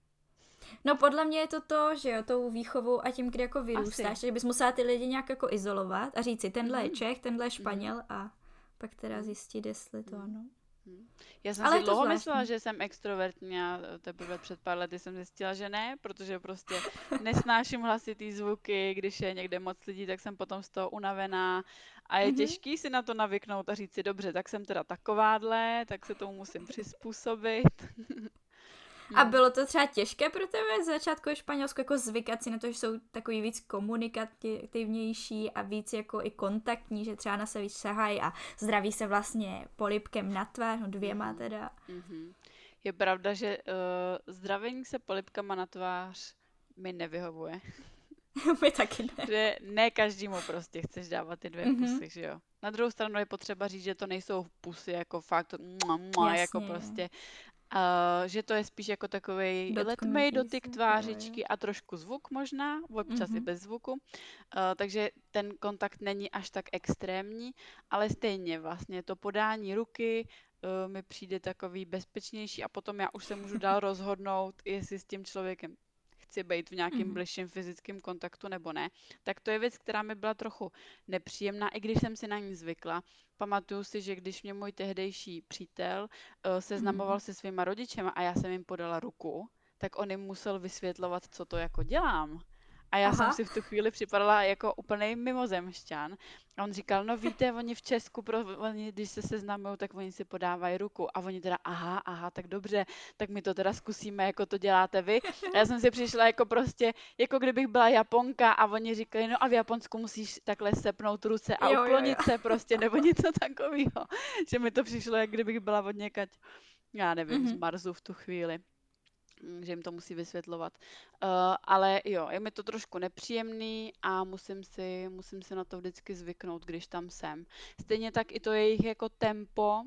S1: No podle mě je to to, že jo, tou výchovou a tím, kdy jako vyrůstáš, že bys musela ty lidi nějak jako izolovat a říct si, tenhle mm. je Čech, tenhle je Španěl mm. a pak teda zjistit, jestli to ano.
S2: Já jsem
S1: Ale
S2: si
S1: je to
S2: dlouho
S1: zvláštní.
S2: myslela, že jsem extrovertní a teprve před pár lety jsem zjistila, že ne, protože prostě nesnáším hlasitý zvuky, když je někde moc lidí, tak jsem potom z toho unavená a je
S1: Mhm.
S2: těžký si na to navyknout a říct si, dobře, tak jsem teda takováhle, tak se tomu musím přizpůsobit.
S1: A
S2: Hmm.
S1: bylo to třeba těžké pro tebe z začátku Španělsku jako zvykat si na to, že jsou takový víc komunikativnější a víc jako i kontaktní, že třeba na se víc sahají a zdraví se vlastně polibkem na tvář, no dvěma teda.
S2: Mhm. Je pravda, že uh, zdravení se polibkama na tvář mi nevyhovuje.
S1: My taky ne.
S2: Že ne každému prostě chceš dávat ty dvě
S1: Mhm.
S2: pusy, že jo. Na druhou stranu je potřeba říct, že to nejsou pusy jako fakt mua, mua, jako
S1: Jasně.
S2: prostě, uh, že to je spíš jako takový
S1: Dotknutí
S2: letmej dotyk
S1: se, jo,
S2: tvářičky a trošku zvuk možná, občas i
S1: Mhm.
S2: bez zvuku. Uh, takže ten kontakt není až tak extrémní, ale stejně vlastně to podání ruky uh, mi přijde takový bezpečnější a potom já už se můžu dál rozhodnout, jestli s tím člověkem chci být v nějakém
S1: Mhm.
S2: bližším fyzickém kontaktu nebo ne, tak to je věc, která mi byla trochu nepříjemná, i když jsem si na ní zvykla. Pamatuju si, že když mě můj tehdejší přítel uh, seznamoval
S1: Mhm.
S2: se svýma rodičema a já jsem jim podala ruku, tak on jim musel vysvětlovat, co to jako dělám. A já jsem
S1: Aha.
S2: si v tu chvíli připadala jako úplnej mimozemšťan. A on říkal, no víte, oni v Česku, pro, oni, když se seznamují, tak oni si podávají ruku. A oni teda, aha, aha, tak dobře, tak my to teda zkusíme, jako to děláte vy. A já jsem si přišla jako prostě, jako kdybych byla Japonka a oni říkali, no a v Japonsku musíš takhle sepnout ruce a
S1: Jo, jo,
S2: uklonit
S1: jo.
S2: se prostě, nebo něco takového. Že mi to přišlo, jak kdybych byla od někať, já nevím, z
S1: Mhm.
S2: Marsu v tu chvíli, mm, že jim to musí vysvětlovat. Uh, ale jo, je mi to trošku nepříjemný a musím si, musím si na to vždycky zvyknout, když tam jsem. Stejně tak i to jejich jako tempo.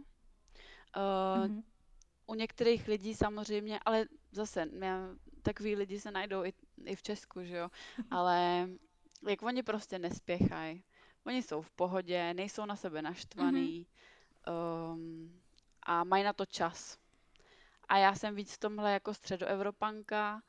S2: Uh,
S1: Mhm.
S2: u některých lidí samozřejmě, ale zase, já, takový lidi se najdou i, i v Česku, že jo, ale jak oni prostě nespěchají. Oni jsou v pohodě, nejsou na sebe
S1: Mhm.
S2: naštvaný um, a mají na to čas. A já jsem víc v tomhle jako středoevropanka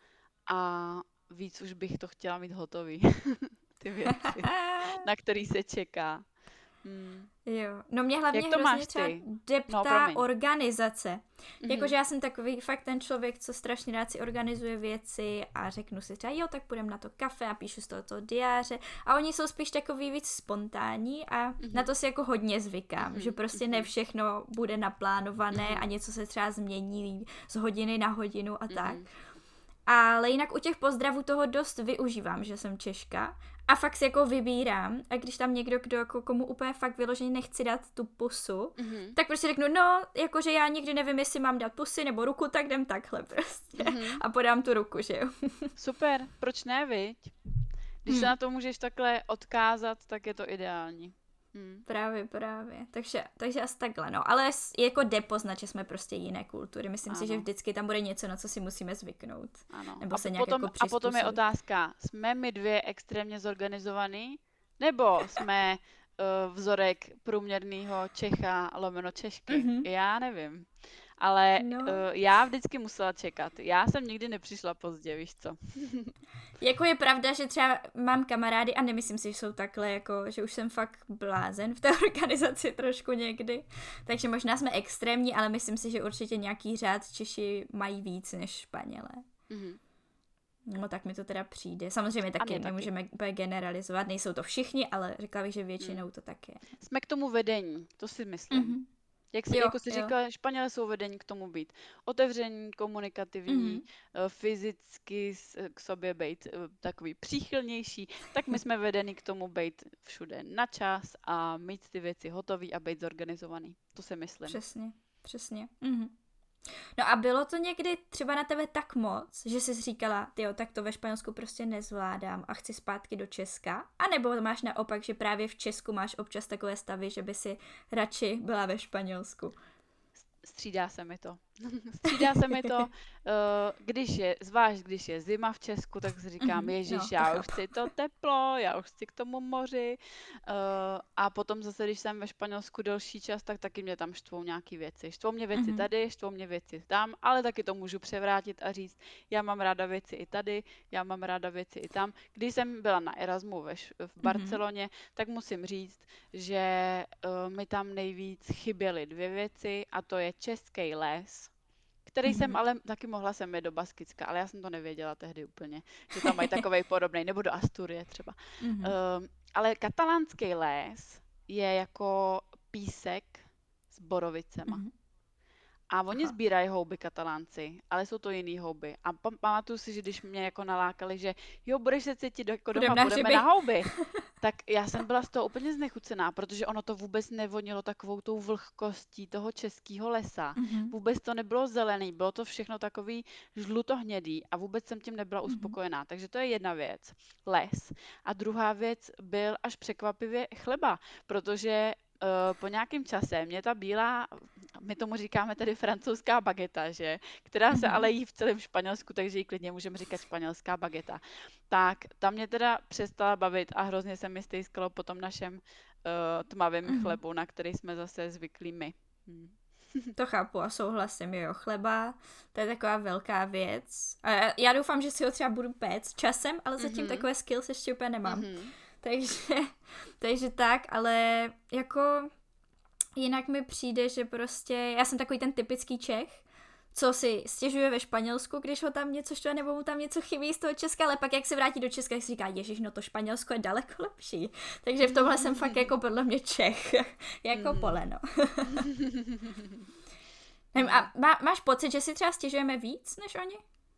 S2: a víc už bych to chtěla mít hotový. Ty věci, na který se čeká. Hmm.
S1: Jo, no mě hlavně
S2: Jak to
S1: hrozně
S2: máš
S1: třeba
S2: ty? No,
S1: deptá
S2: promiň.
S1: organizace.
S2: Mhm.
S1: Jakože já jsem takový fakt ten člověk, co strašně rád si organizuje věci a řeknu si třeba, jo, tak půjdem na to kafe a píšu z toho to diáře. A oni jsou spíš takový víc spontánní a
S2: Mhm.
S1: na to si jako hodně zvykám,
S2: Mhm,
S1: že prostě
S2: mhm.
S1: ne všechno bude naplánované
S2: Mhm.
S1: a něco se třeba změní z hodiny na hodinu a tak.
S2: Mhm.
S1: Ale jinak u těch pozdravů toho dost využívám, že jsem Češka a fakt si jako vybírám a když tam někdo, kdo jako komu úplně fakt vyloženě nechci dát tu pusu,
S2: Mhm.
S1: tak prostě řeknu, no, jakože já nikdy nevím, jestli mám dát pusy nebo ruku, tak jdem takhle prostě
S2: Mhm.
S1: a podám tu ruku, že jo.
S2: Super, proč ne, viď? Když se
S1: Hmm.
S2: na to můžeš takhle odkázat, tak je to ideální. Hmm.
S1: Právě, právě. Takže, takže asi takhle, no. Ale s- jako jde poznat, že jsme prostě jiné kultury. Myslím si, že
S2: Ano.
S1: vždycky tam bude něco, na co si musíme zvyknout.
S2: Ano.
S1: Nebo
S2: A
S1: se
S2: po-
S1: nějak
S2: potom,
S1: jako
S2: a potom je
S1: přizpůsobit.
S2: otázka, jsme my dvě extrémně zorganizovaný, nebo jsme uh, vzorek průměrného Čecha lomeno Češky?
S1: Mhm.
S2: Já nevím. Ale
S1: No.
S2: uh, já vždycky musela čekat. Já jsem nikdy nepřišla pozdě, víš co?
S1: Jako je pravda, že třeba mám kamarády a nemyslím si, že jsou takhle, jako, že už jsem fakt blázen v té organizaci trošku někdy. Takže možná jsme extrémní, ale myslím si, že určitě nějaký řád Češi mají víc než Španělé.
S2: Mhm.
S1: No tak mi to teda přijde. Samozřejmě taky
S2: mně taky.
S1: nemůžeme úplně generalizovat, nejsou to všichni, ale řekla bych, že většinou to tak je.
S2: Jsme k tomu vedení, to si myslím.
S1: Mhm.
S2: Jak jsi,
S1: Jo,
S2: jako jsi
S1: jo.
S2: říkala, Španělé jsou vedení k tomu být otevření, komunikativní,
S1: Mhm.
S2: eh, fyzicky s- k sobě být eh, takový příchylnější, tak my jsme vedení k tomu být všude na čas a mít ty věci hotový a být zorganizovaný. To si myslím.
S1: Přesně, přesně. Mhm. No a bylo to někdy třeba na tebe tak moc, že jsi říkala, tyjo, tak to ve Španělsku prostě nezvládám a chci zpátky do Česka? A nebo máš naopak, že právě v Česku máš občas takové stavy, že by si radši byla ve Španělsku?
S2: Střídá se mi to. Střídá se mi to, eh, když je, zvlášť když je zima v Česku, tak si říkám,
S1: Mhm,
S2: ježiš,
S1: no, to
S2: já
S1: chápu.
S2: už chci to teplo, já už chci k tomu moři. eh, A potom zase, když jsem ve Španělsku delší čas, tak taky mě tam štvou nějaký věci. Štvou mě věci
S1: Mhm.
S2: tady, štvou mě věci tam, ale taky to můžu převrátit a říct, já mám ráda věci i tady, já mám ráda věci i tam. Když jsem byla na Erasmu ve, Š- v Barceloně, tak musím říct, že eh, mi tam nejvíc chyběly dvě věci a to je jmenuje Český les, který mm-hmm. jsem ale taky mohla sem do Baskicka, ale já jsem to nevěděla tehdy úplně, že tam mají takovej podobný, nebo do Asturie třeba. Mm-hmm. Um, ale katalánský les je jako písek s borovicema. Mm-hmm. A oni Aha. sbírají houby Katalánci, ale jsou to jiný houby. A pamatuju si, že když mě jako nalákali, že jo, budeš se cítit jako doma, Budem budeme na houby, tak já jsem byla z toho úplně znechucená, protože ono to vůbec nevonilo takovou tou vlhkostí toho českého lesa. Mm-hmm. Vůbec to nebylo zelený, bylo to všechno takový žlutohnědý a vůbec jsem tím nebyla mm-hmm. uspokojená. Takže to je jedna věc, les. A druhá věc byl až překvapivě chleba, protože Uh, po nějakém čase mě ta bílá, my tomu říkáme tady francouzská bageta, že? Která se ale jí v celém Španělsku, takže ji klidně můžeme říkat španělská bageta. Tak ta mě teda přestala bavit a hrozně se mi stejskalo po tom našem uh, tmavém mm. chlebu, na který jsme zase zvyklí my. Hmm.
S1: To chápu a souhlasím, jo. Chleba, to je taková velká věc. A já, já doufám, že si ho třeba budu péct časem, ale zatím mm-hmm. takové skills ještě úplně nemám. Mm-hmm. Takže, takže tak, ale jako jinak mi přijde, že prostě, já jsem takový ten typický Čech, co si stěžuje ve Španělsku, když ho tam něco štve, nebo mu tam něco chybí z toho Česka, ale pak jak se vrátí do Česka, tak si říká, ježiš, no to Španělsko je daleko lepší. Takže v tomhle jsem fakt jako podle mě Čech, jako mm. poleno. A má, máš pocit, že si třeba stěžujeme víc než oni?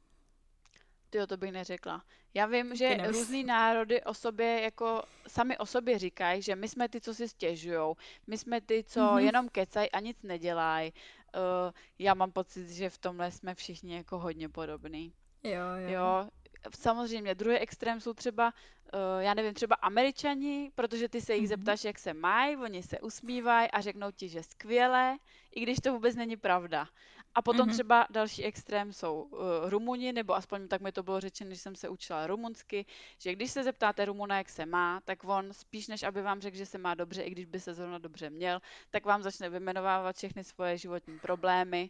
S2: Tyjo, to bych neřekla. Já vím, že různý národy o sobě, jako sami o sobě říkají, že my jsme ty, co si stěžujou, my jsme ty, co mm-hmm. jenom kecají a nic nedělají. Uh, já mám pocit, že v tomhle jsme všichni jako hodně podobný.
S1: Jo, jo.
S2: jo. Samozřejmě, druhý extrém jsou třeba, uh, já nevím, třeba Američani, protože ty se jich mm-hmm. zeptáš, jak se mají, oni se usmívají a řeknou ti, že skvěle, i když to vůbec není pravda. A potom mm-hmm. třeba další extrém jsou uh, Rumuni, nebo aspoň tak mi to bylo řečeno, když jsem se učila rumunsky, že když se zeptáte Rumuna, jak se má, tak on spíš než aby vám řekl, že se má dobře, i když by se zrovna dobře měl, tak vám začne vymenovávat všechny svoje životní problémy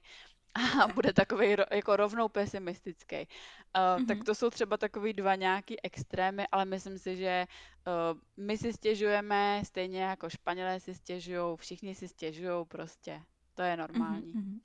S2: a bude takovej jako rovnou pesimistický. Uh, mm-hmm. Tak to jsou třeba takový dva nějaký extrémy, ale myslím si, že uh, my si stěžujeme, stejně jako Španělé si stěžujou, všichni si stěžujou prostě. To je normální.
S1: Mm-hmm.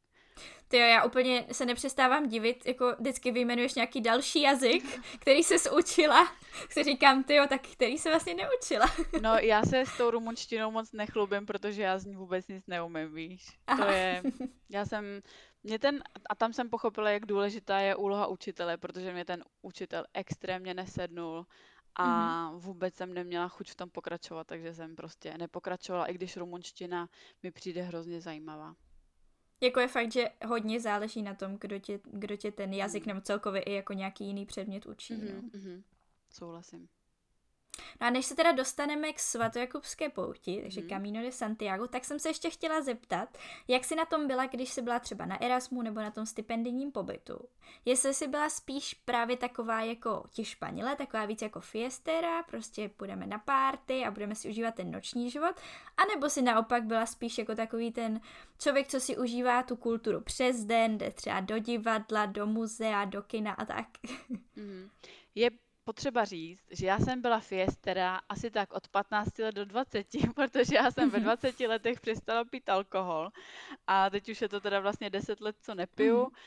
S1: Tyjo, já úplně se nepřestávám divit, jako vždycky vyjmenuješ nějaký další jazyk, který se učila, si říkám, tyjo, tak který se vlastně neučila.
S2: No, já se s tou rumunštinou moc nechlubím, protože já z ní vůbec nic neumím, víš. Aha. To je, já jsem, mě ten, a tam jsem pochopila, jak důležitá je úloha učitele, protože mě ten učitel extrémně nesednul a mm-hmm. vůbec jsem neměla chuť v tom pokračovat, takže jsem prostě nepokračovala, i když rumunština mi přijde hrozně zajímavá.
S1: Jako je fakt, že hodně záleží na tom, kdo tě, kdo tě ten jazyk nebo celkově i jako nějaký jiný předmět učí.
S2: Mm-hmm,
S1: no.
S2: mm-hmm. Souhlasím.
S1: No a než se teda dostaneme k svatojakubské pouti, takže mm. Camino de Santiago, tak jsem se ještě chtěla zeptat, jak jsi na tom byla, když jsi byla třeba na Erasmu nebo na tom stipendijním pobytu. Jestli jsi byla spíš právě taková jako ti Španělé, taková víc jako fiestera, prostě půjdeme na párty a budeme si užívat ten noční život, anebo si naopak byla spíš jako takový ten člověk, co si užívá tu kulturu přes den, jde třeba do divadla, do muzea, do kina a tak.
S2: Mm. Je potřeba říct, že já jsem byla fiestera asi tak od patnácti let do dvaceti, protože já jsem ve dvaceti letech přestala pít alkohol a teď už je to teda vlastně deset let, co nepiju. Mm. Uh,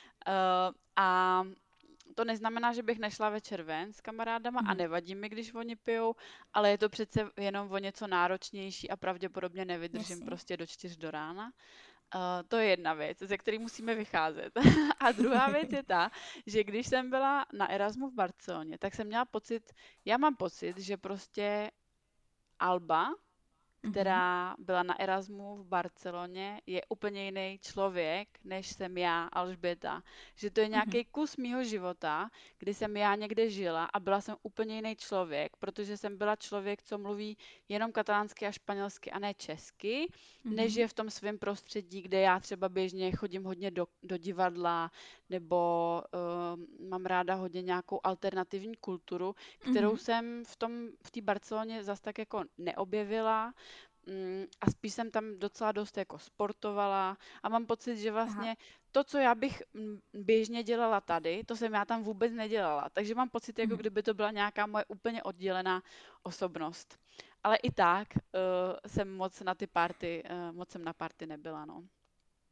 S2: a to neznamená, že bych nešla večer ven s kamarádama mm. a nevadí mi, když oni pijou, ale je to přece jenom o něco náročnější a pravděpodobně nevydržím Jasně. prostě do čtyř do rána. Uh, to je jedna věc, ze které musíme vycházet. A druhá věc je ta, že když jsem byla na Erasmu v Barceloně, tak jsem měla pocit, já mám pocit, že prostě Alba, která byla na Erasmu v Barceloně, je úplně jiný člověk, než jsem já, Alžběta. Že to je nějaký kus mýho života, kdy jsem já někde žila a byla jsem úplně jiný člověk, protože jsem byla člověk, co mluví jenom katalánsky a španělsky a ne česky, mm-hmm. než je v tom svém prostředí, kde já třeba běžně chodím hodně do, do divadla, nebo uh, mám ráda hodně nějakou alternativní kulturu, kterou mm-hmm. jsem v tom v té Barceloně zas tak jako neobjevila. A spíš jsem tam docela dost jako sportovala a mám pocit, že vlastně Aha. to, co já bych běžně dělala tady, to jsem já tam vůbec nedělala. Takže mám pocit, jako kdyby to byla nějaká moje úplně oddělená osobnost. Ale i tak uh, jsem moc na ty party, uh, moc jsem na party nebyla, no.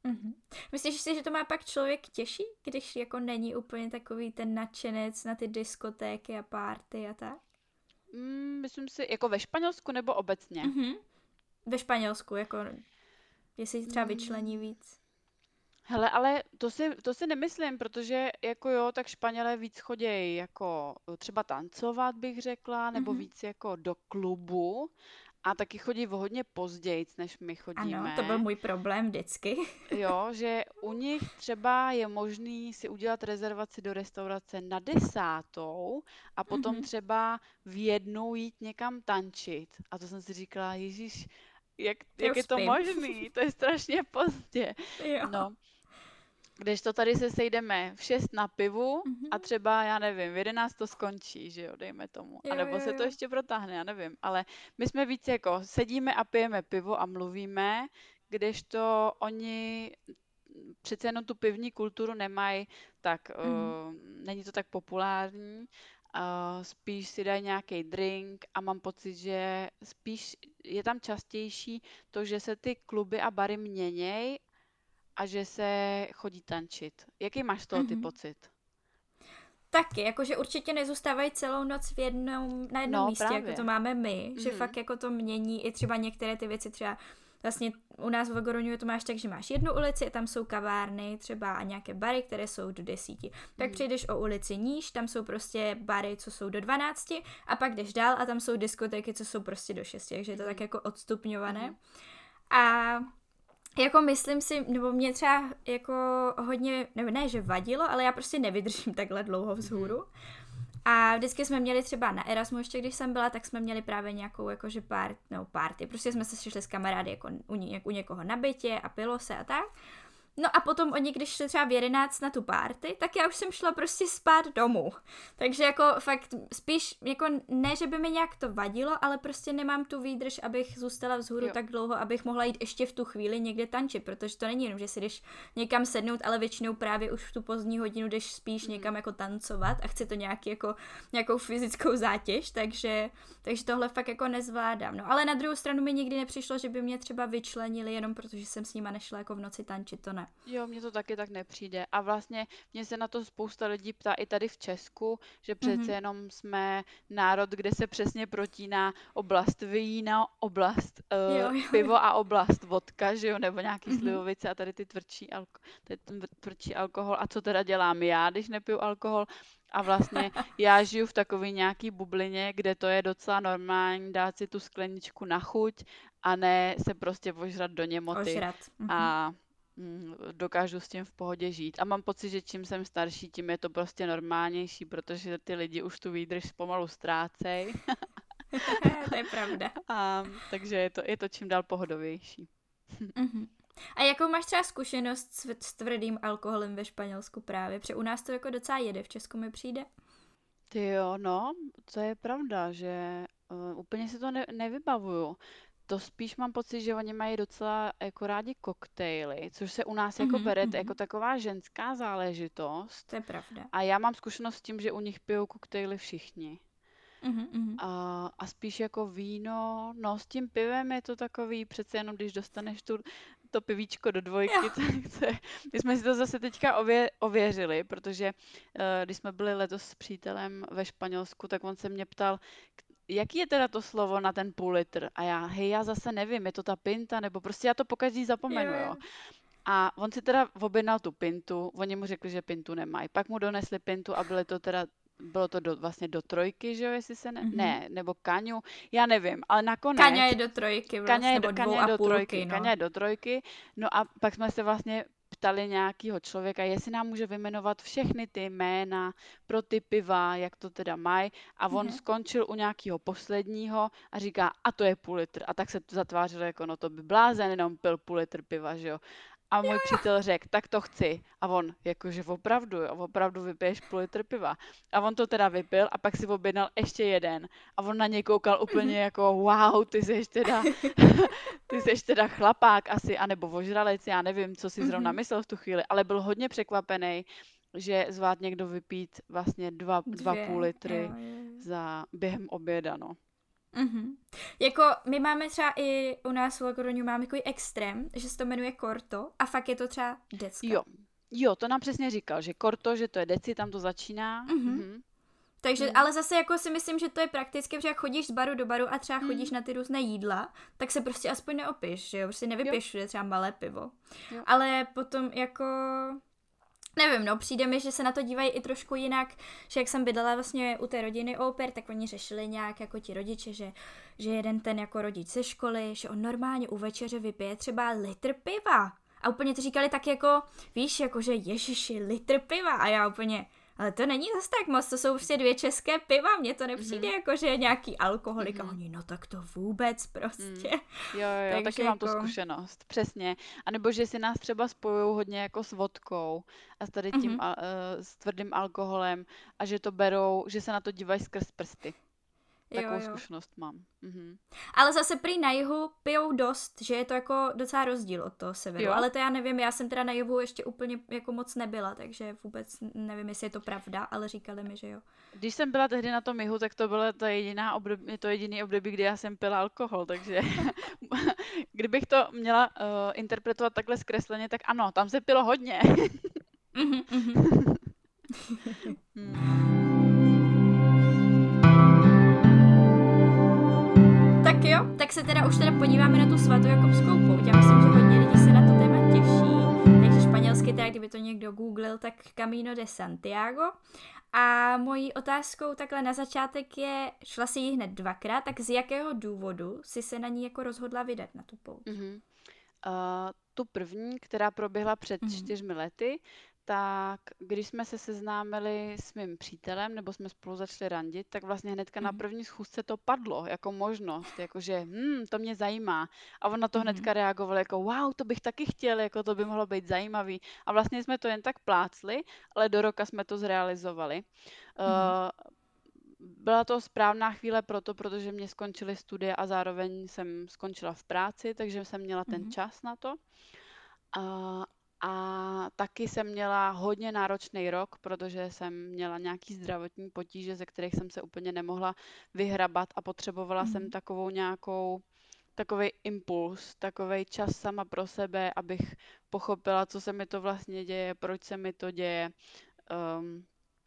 S1: Mm-hmm. Myslíš si, že to má pak člověk těžší, když jako není úplně takový ten nadšenec na ty diskotéky a párty a tak?
S2: Mm, myslím si, jako ve Španělsku nebo obecně?
S1: Mm-hmm. Ve Španělsku, jako jestli třeba vyčlení
S2: Mm,
S1: víc.
S2: hele, ale to si, to si nemyslím, protože jako jo, tak Španělé víc chodějí jako třeba tancovat, bych řekla, nebo
S1: Mm-hmm.
S2: víc jako do klubu a taky chodí o hodně později, než my
S1: Ano, to byl
S2: chodíme.
S1: můj problém vždycky.
S2: Jo, že u nich třeba je možný si udělat rezervaci do restaurace na desátou a potom
S1: Mm-hmm.
S2: třeba v jednu jít někam tančit. A to jsem si říkala, Ježíš, jak,
S1: Já
S2: jak
S1: už
S2: je to
S1: spím.
S2: možný? To je strašně pozdě.
S1: Jo.
S2: No, kdežto tady se sejdeme v šest na pivu a
S1: Mm-hmm.
S2: třeba, já nevím, v jedenáct to skončí, že jo, dejme tomu. A
S1: Jo,
S2: nebo
S1: jo,
S2: se to
S1: jo.
S2: ještě protáhne, já nevím. Ale my jsme víc jako sedíme a pijeme pivo a mluvíme, kdežto oni přece jenom tu pivní kulturu nemají, tak
S1: Mm-hmm.
S2: uh, není to tak populární. Uh, spíš si dají nějaký drink a mám pocit, že spíš je tam častější to, že se ty kluby a bary měněj a že se chodí tančit. Jaký máš z toho ty
S1: Mm-hmm.
S2: pocit?
S1: Taky, jakože určitě nezůstávají celou noc v jednom, na jednom
S2: No,
S1: místě,
S2: právě.
S1: jako to máme my, že
S2: Mhm.
S1: fakt jako to mění i třeba některé ty věci, třeba vlastně u nás v Goroňu to máš tak, že máš jednu ulici, tam jsou kavárny třeba a nějaké bary, které jsou do desíti. Tak
S2: Mhm.
S1: přijdeš o ulici níž, tam jsou prostě bary, co jsou do dvanácti a pak jdeš dál a tam jsou diskotéky, co jsou prostě do šesti, takže je to
S2: Mhm.
S1: tak jako odstupňované.
S2: Mhm.
S1: A jako myslím si, nebo mě třeba jako hodně, nebo ne, že vadilo, ale já prostě nevydržím takhle dlouho vzhůru. A vždycky jsme měli třeba na Erasmu, ještě když jsem byla, tak jsme měli právě nějakou jakože part, no party. Prostě jsme se sešli s kamarády jako u, ně, u někoho na bytě a pilo se a tak. No a potom oni, když šli třeba v jedenáct na tu party, tak já už jsem šla prostě spát domů. Takže jako fakt spíš, jako ne, že by mi nějak to vadilo, ale prostě nemám tu výdrž, abych zůstala vzhůru
S2: Jo.
S1: tak dlouho, abych mohla jít ještě v tu chvíli někde tančit, protože to není jenom, že si jdeš někam sednout, ale většinou právě už v tu pozdní hodinu jdeš spíš
S2: Mhm.
S1: někam jako tancovat a chce to nějaký jako, nějakou fyzickou zátěž, takže, takže tohle fakt jako nezvládám. No ale na druhou stranu mi nikdy nepřišlo, že by mě třeba vyčlenili jenom protože jsem s nima nešla jako v noci tančit, to ne.
S2: Jo, mně to taky tak nepřijde. A vlastně mě se na to spousta lidí ptá i tady v Česku, že přece
S1: Mhm.
S2: jenom jsme národ, kde se přesně protíná oblast vína, oblast uh,
S1: Jo, jo,
S2: pivo
S1: jo.
S2: a oblast vodka, že jo, nebo nějaký
S1: Mhm.
S2: slivovice a tady ty tvrdší, alko- tady ten vr- tvrdší alkohol. A co teda dělám já, když nepiju alkohol? A vlastně já žiju v takové nějaký bublině, kde to je docela normální dát si tu skleničku na chuť a ne se prostě ožrat do němoty.
S1: Ožrat. Mhm.
S2: A mm, dokážu s tím v pohodě žít. A mám pocit, že čím jsem starší, tím je to prostě normálnější, protože ty lidi už tu výdrž pomalu ztrácej.
S1: To je pravda.
S2: A, takže je to, je to čím dál pohodovější.
S1: Mhm. A jakou máš třeba zkušenost s, s tvrdým alkoholem ve Španělsku právě? Protože u nás to jako docela jede, v Česku mi přijde.
S2: Ty jo, no, to je pravda, že uh, úplně si to ne, nevybavuju. To spíš mám pocit, že oni mají docela jako rádi koktejly, což se u nás jako
S1: Mhm,
S2: bere
S1: mhm.
S2: jako taková ženská záležitost.
S1: To je pravda.
S2: A já mám zkušenost s tím, že u nich pijou koktejly všichni.
S1: Mhm, mhm.
S2: A, a spíš jako víno, no s tím pivem je to takový, přece jenom když dostaneš tu, to pivíčko do dvojky,
S1: Jo.
S2: tak to je, my jsme si to zase teďka ově, ověřili, protože uh, když jsme byli letos s přítelem ve Španělsku, tak on se mě ptal, k- jaký je teda to slovo na ten půl litr? A já, hej, já zase nevím, je to ta pinta, nebo prostě já to pokaždý zapomenu,
S1: Jo,
S2: jo.
S1: jo.
S2: A on si teda objednal tu pintu, oni mu řekli, že pintu nemají. Pak mu donesli pintu a byly to teda, bylo to do, vlastně do trojky, že jo, jestli se ne,
S1: Mhm.
S2: ne, nebo kaňu, já nevím, ale nakonec,
S1: Kaňa je do trojky
S2: kaňa
S1: vlastně,
S2: je,
S1: nebo
S2: do,
S1: dvou
S2: kaňa je
S1: a
S2: do trojky,
S1: půlky,
S2: kaňa
S1: no.
S2: je do trojky, no a pak jsme se vlastně ptali nějakého člověka, jestli nám může vyjmenovat všechny ty jména pro ty piva, jak to teda mají, a on
S1: Mhm.
S2: skončil u nějakého posledního a říká, a to je půl litr, a tak se zatvářil jako, no to by blázen, jenom pil půl litr piva, že jo. A můj přítel řekl, tak to chci. A on, jakože opravdu, jo, opravdu vypiješ půl litr piva. A on to teda vypil a pak si objednal ještě jeden. A on na něj koukal úplně jako, wow, ty jsi teda, ty jsi teda chlapák asi, anebo vožralec, já nevím, co si zrovna
S1: Mhm.
S2: myslel v tu chvíli, ale byl hodně překvapený, že zvlád někdo vypít vlastně dva, dva
S1: Dvě,
S2: půl litry
S1: jo, jo, jo.
S2: za během oběda, no.
S1: Mm-hmm. Jako my máme třeba i u nás v Lagoronu máme takový extrém, že se to jmenuje Korto a fakt je to třeba decka.
S2: Jo, jo, to nám přesně říkal, že Korto, že to je deci, tam to začíná.
S1: Mm-hmm.
S2: Mm-hmm.
S1: Takže,
S2: mm.
S1: ale zase jako si myslím, že to je prakticky, že jak chodíš z baru do baru a třeba chodíš mm. na ty různé jídla, tak se prostě aspoň neopiješ, že jo, prostě nevypiješ všude třeba malé pivo. Jo. Ale potom jako... Nevím, no, přijde mi, že se na to dívají i trošku jinak, že jak jsem bydlela vlastně u té rodiny au pair, tak oni řešili nějak jako ti rodiče, že, že jeden ten jako rodič ze školy, že on normálně u večeře vypije třeba litr piva. A úplně to říkali tak jako, víš, jako že ježiši, litr piva. A já úplně, ale to není zase tak moc, to jsou prostě dvě české piva, mně to nepřijde mm-hmm. jako, že je nějaký alkoholik. Mm-hmm. A oni, no tak to vůbec prostě. Mm.
S2: Jo, jo, jo taky mám jako... tu zkušenost, přesně. A nebo že si nás třeba spojují hodně jako s vodkou a s tady tím, mm-hmm. a, uh, s tvrdým alkoholem a že to berou, že se na to dívají skrz prsty. Takovou jo, jo. zkušenost mám. Mhm.
S1: Ale zase prý na jihu pijou dost, že je to jako docela rozdíl od toho severu. Jo. Ale to já nevím, já jsem teda na jihu ještě úplně jako moc nebyla, takže vůbec nevím, jestli je to pravda, ale říkali mi, že jo.
S2: Když jsem byla tehdy na tom jihu, tak to bylo to jediná období, to jediný období, kdy já jsem pila alkohol, takže kdybych to měla uh, interpretovat takhle zkresleně, tak ano, tam se pilo hodně.
S1: mhm, mhm. hmm. Tak jo, tak se teda už teda podíváme na tu svatojakobskou pouť. Já myslím, že hodně lidí se na to téma těší. Takže španělsky teda, kdyby to někdo googlil, tak Camino de Santiago. A mojí otázkou takhle na začátek je, šla si ji hned dvakrát, tak z jakého důvodu jsi se na ní jako rozhodla vydat na tu pouť?
S2: Mm-hmm. Uh, tu první, která proběhla před mm-hmm. čtyřmi lety, tak když jsme se seznámili s mým přítelem, nebo jsme spolu začali randit, tak vlastně hnedka mm. na první schůzce to padlo jako možnost, jakože hm, to mě zajímá. A on na to mm. hnedka reagoval jako wow, to bych taky chtěl, jako to by mohlo být zajímavý. A vlastně jsme to jen tak plácli, ale do roka jsme to zrealizovali. Mm. Uh, byla to správná chvíle proto, protože mě skončily studie a zároveň jsem skončila v práci, takže jsem měla ten mm. čas na to. Uh, A taky jsem měla hodně náročný rok, protože jsem měla nějaký zdravotní potíže, ze kterých jsem se úplně nemohla vyhrabat a potřebovala mm. jsem takovou nějakou, takovej impuls, takovej čas sama pro sebe, abych pochopila, co se mi to vlastně děje, proč se mi to děje. Um,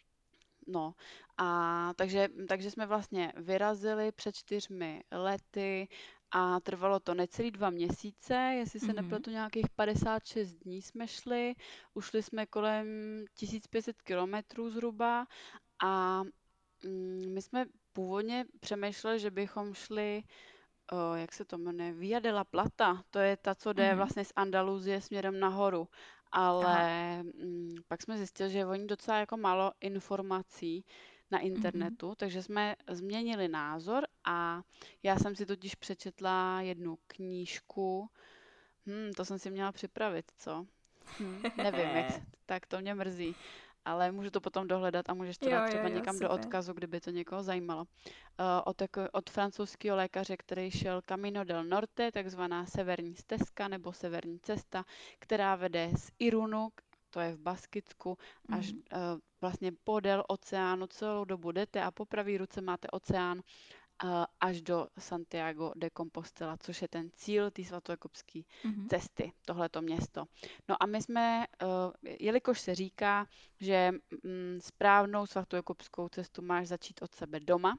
S2: no a takže, takže jsme vlastně vyrazili před čtyřmi lety a trvalo to necelý dva měsíce, jestli se mm-hmm. nepletu, nějakých padesát šest dní jsme šli, ušli jsme kolem tisíc pět set kilometrů zhruba a mm, my jsme původně přemýšleli, že bychom šli, o, jak se to jmenuje, Via de la Plata, to je ta, co jde mm-hmm. vlastně z Andaluzie směrem nahoru, ale mm, pak jsme zjistili, že je o ní docela jako málo informací na internetu, mm-hmm. takže jsme změnili názor a já jsem si totiž přečetla jednu knížku, hm, to jsem si měla připravit, co? Hm, nevím, jak, tak to mě mrzí, ale můžu to potom dohledat a můžeš to dát třeba jo, jo, někam super. Do odkazu, kdyby to někoho zajímalo. Uh, od, od francouzského lékaře, který šel Camino del Norte, takzvaná severní stezka nebo severní cesta, která vede z Irunu, to je v Baskicku, až mm. uh, vlastně podél oceánu celou dobu jdete a po pravé ruce máte oceán uh, až do Santiago de Compostela, což je ten cíl té svatojakobské mm. cesty, tohleto město. No a my jsme, uh, jelikož se říká, že mm, správnou svatojakobskou cestu máš začít od sebe doma,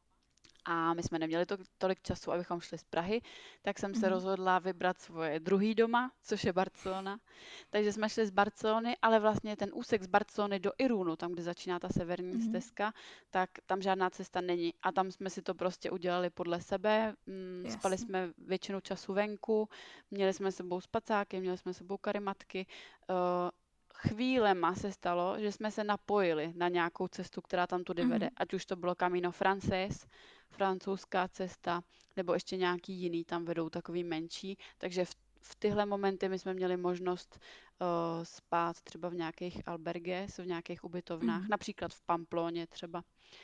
S2: a my jsme neměli to, tolik času, abychom šli z Prahy, tak jsem mm. se rozhodla vybrat svoje druhý doma, což je Barcelona. Takže jsme šli z Barcelony, ale vlastně ten úsek z Barcelony do Irunu, tam, kde začíná ta severní mm. stezka, tak tam žádná cesta není. A tam jsme si to prostě udělali podle sebe. Mm, spali jsme většinu času venku, měli jsme sebou spacáky, měli jsme sebou karimatky. Uh, chvílema se stalo, že jsme se napojili na nějakou cestu, která tam tudy vede. Mm. Ať už to bylo Camino Frances, francouzská cesta, nebo ještě nějaký jiný tam vedou, takový menší. Takže v, v tyhle momenty my jsme měli možnost uh, spát třeba v nějakých albergues, v nějakých ubytovnách, mm. například v Pamploně třeba.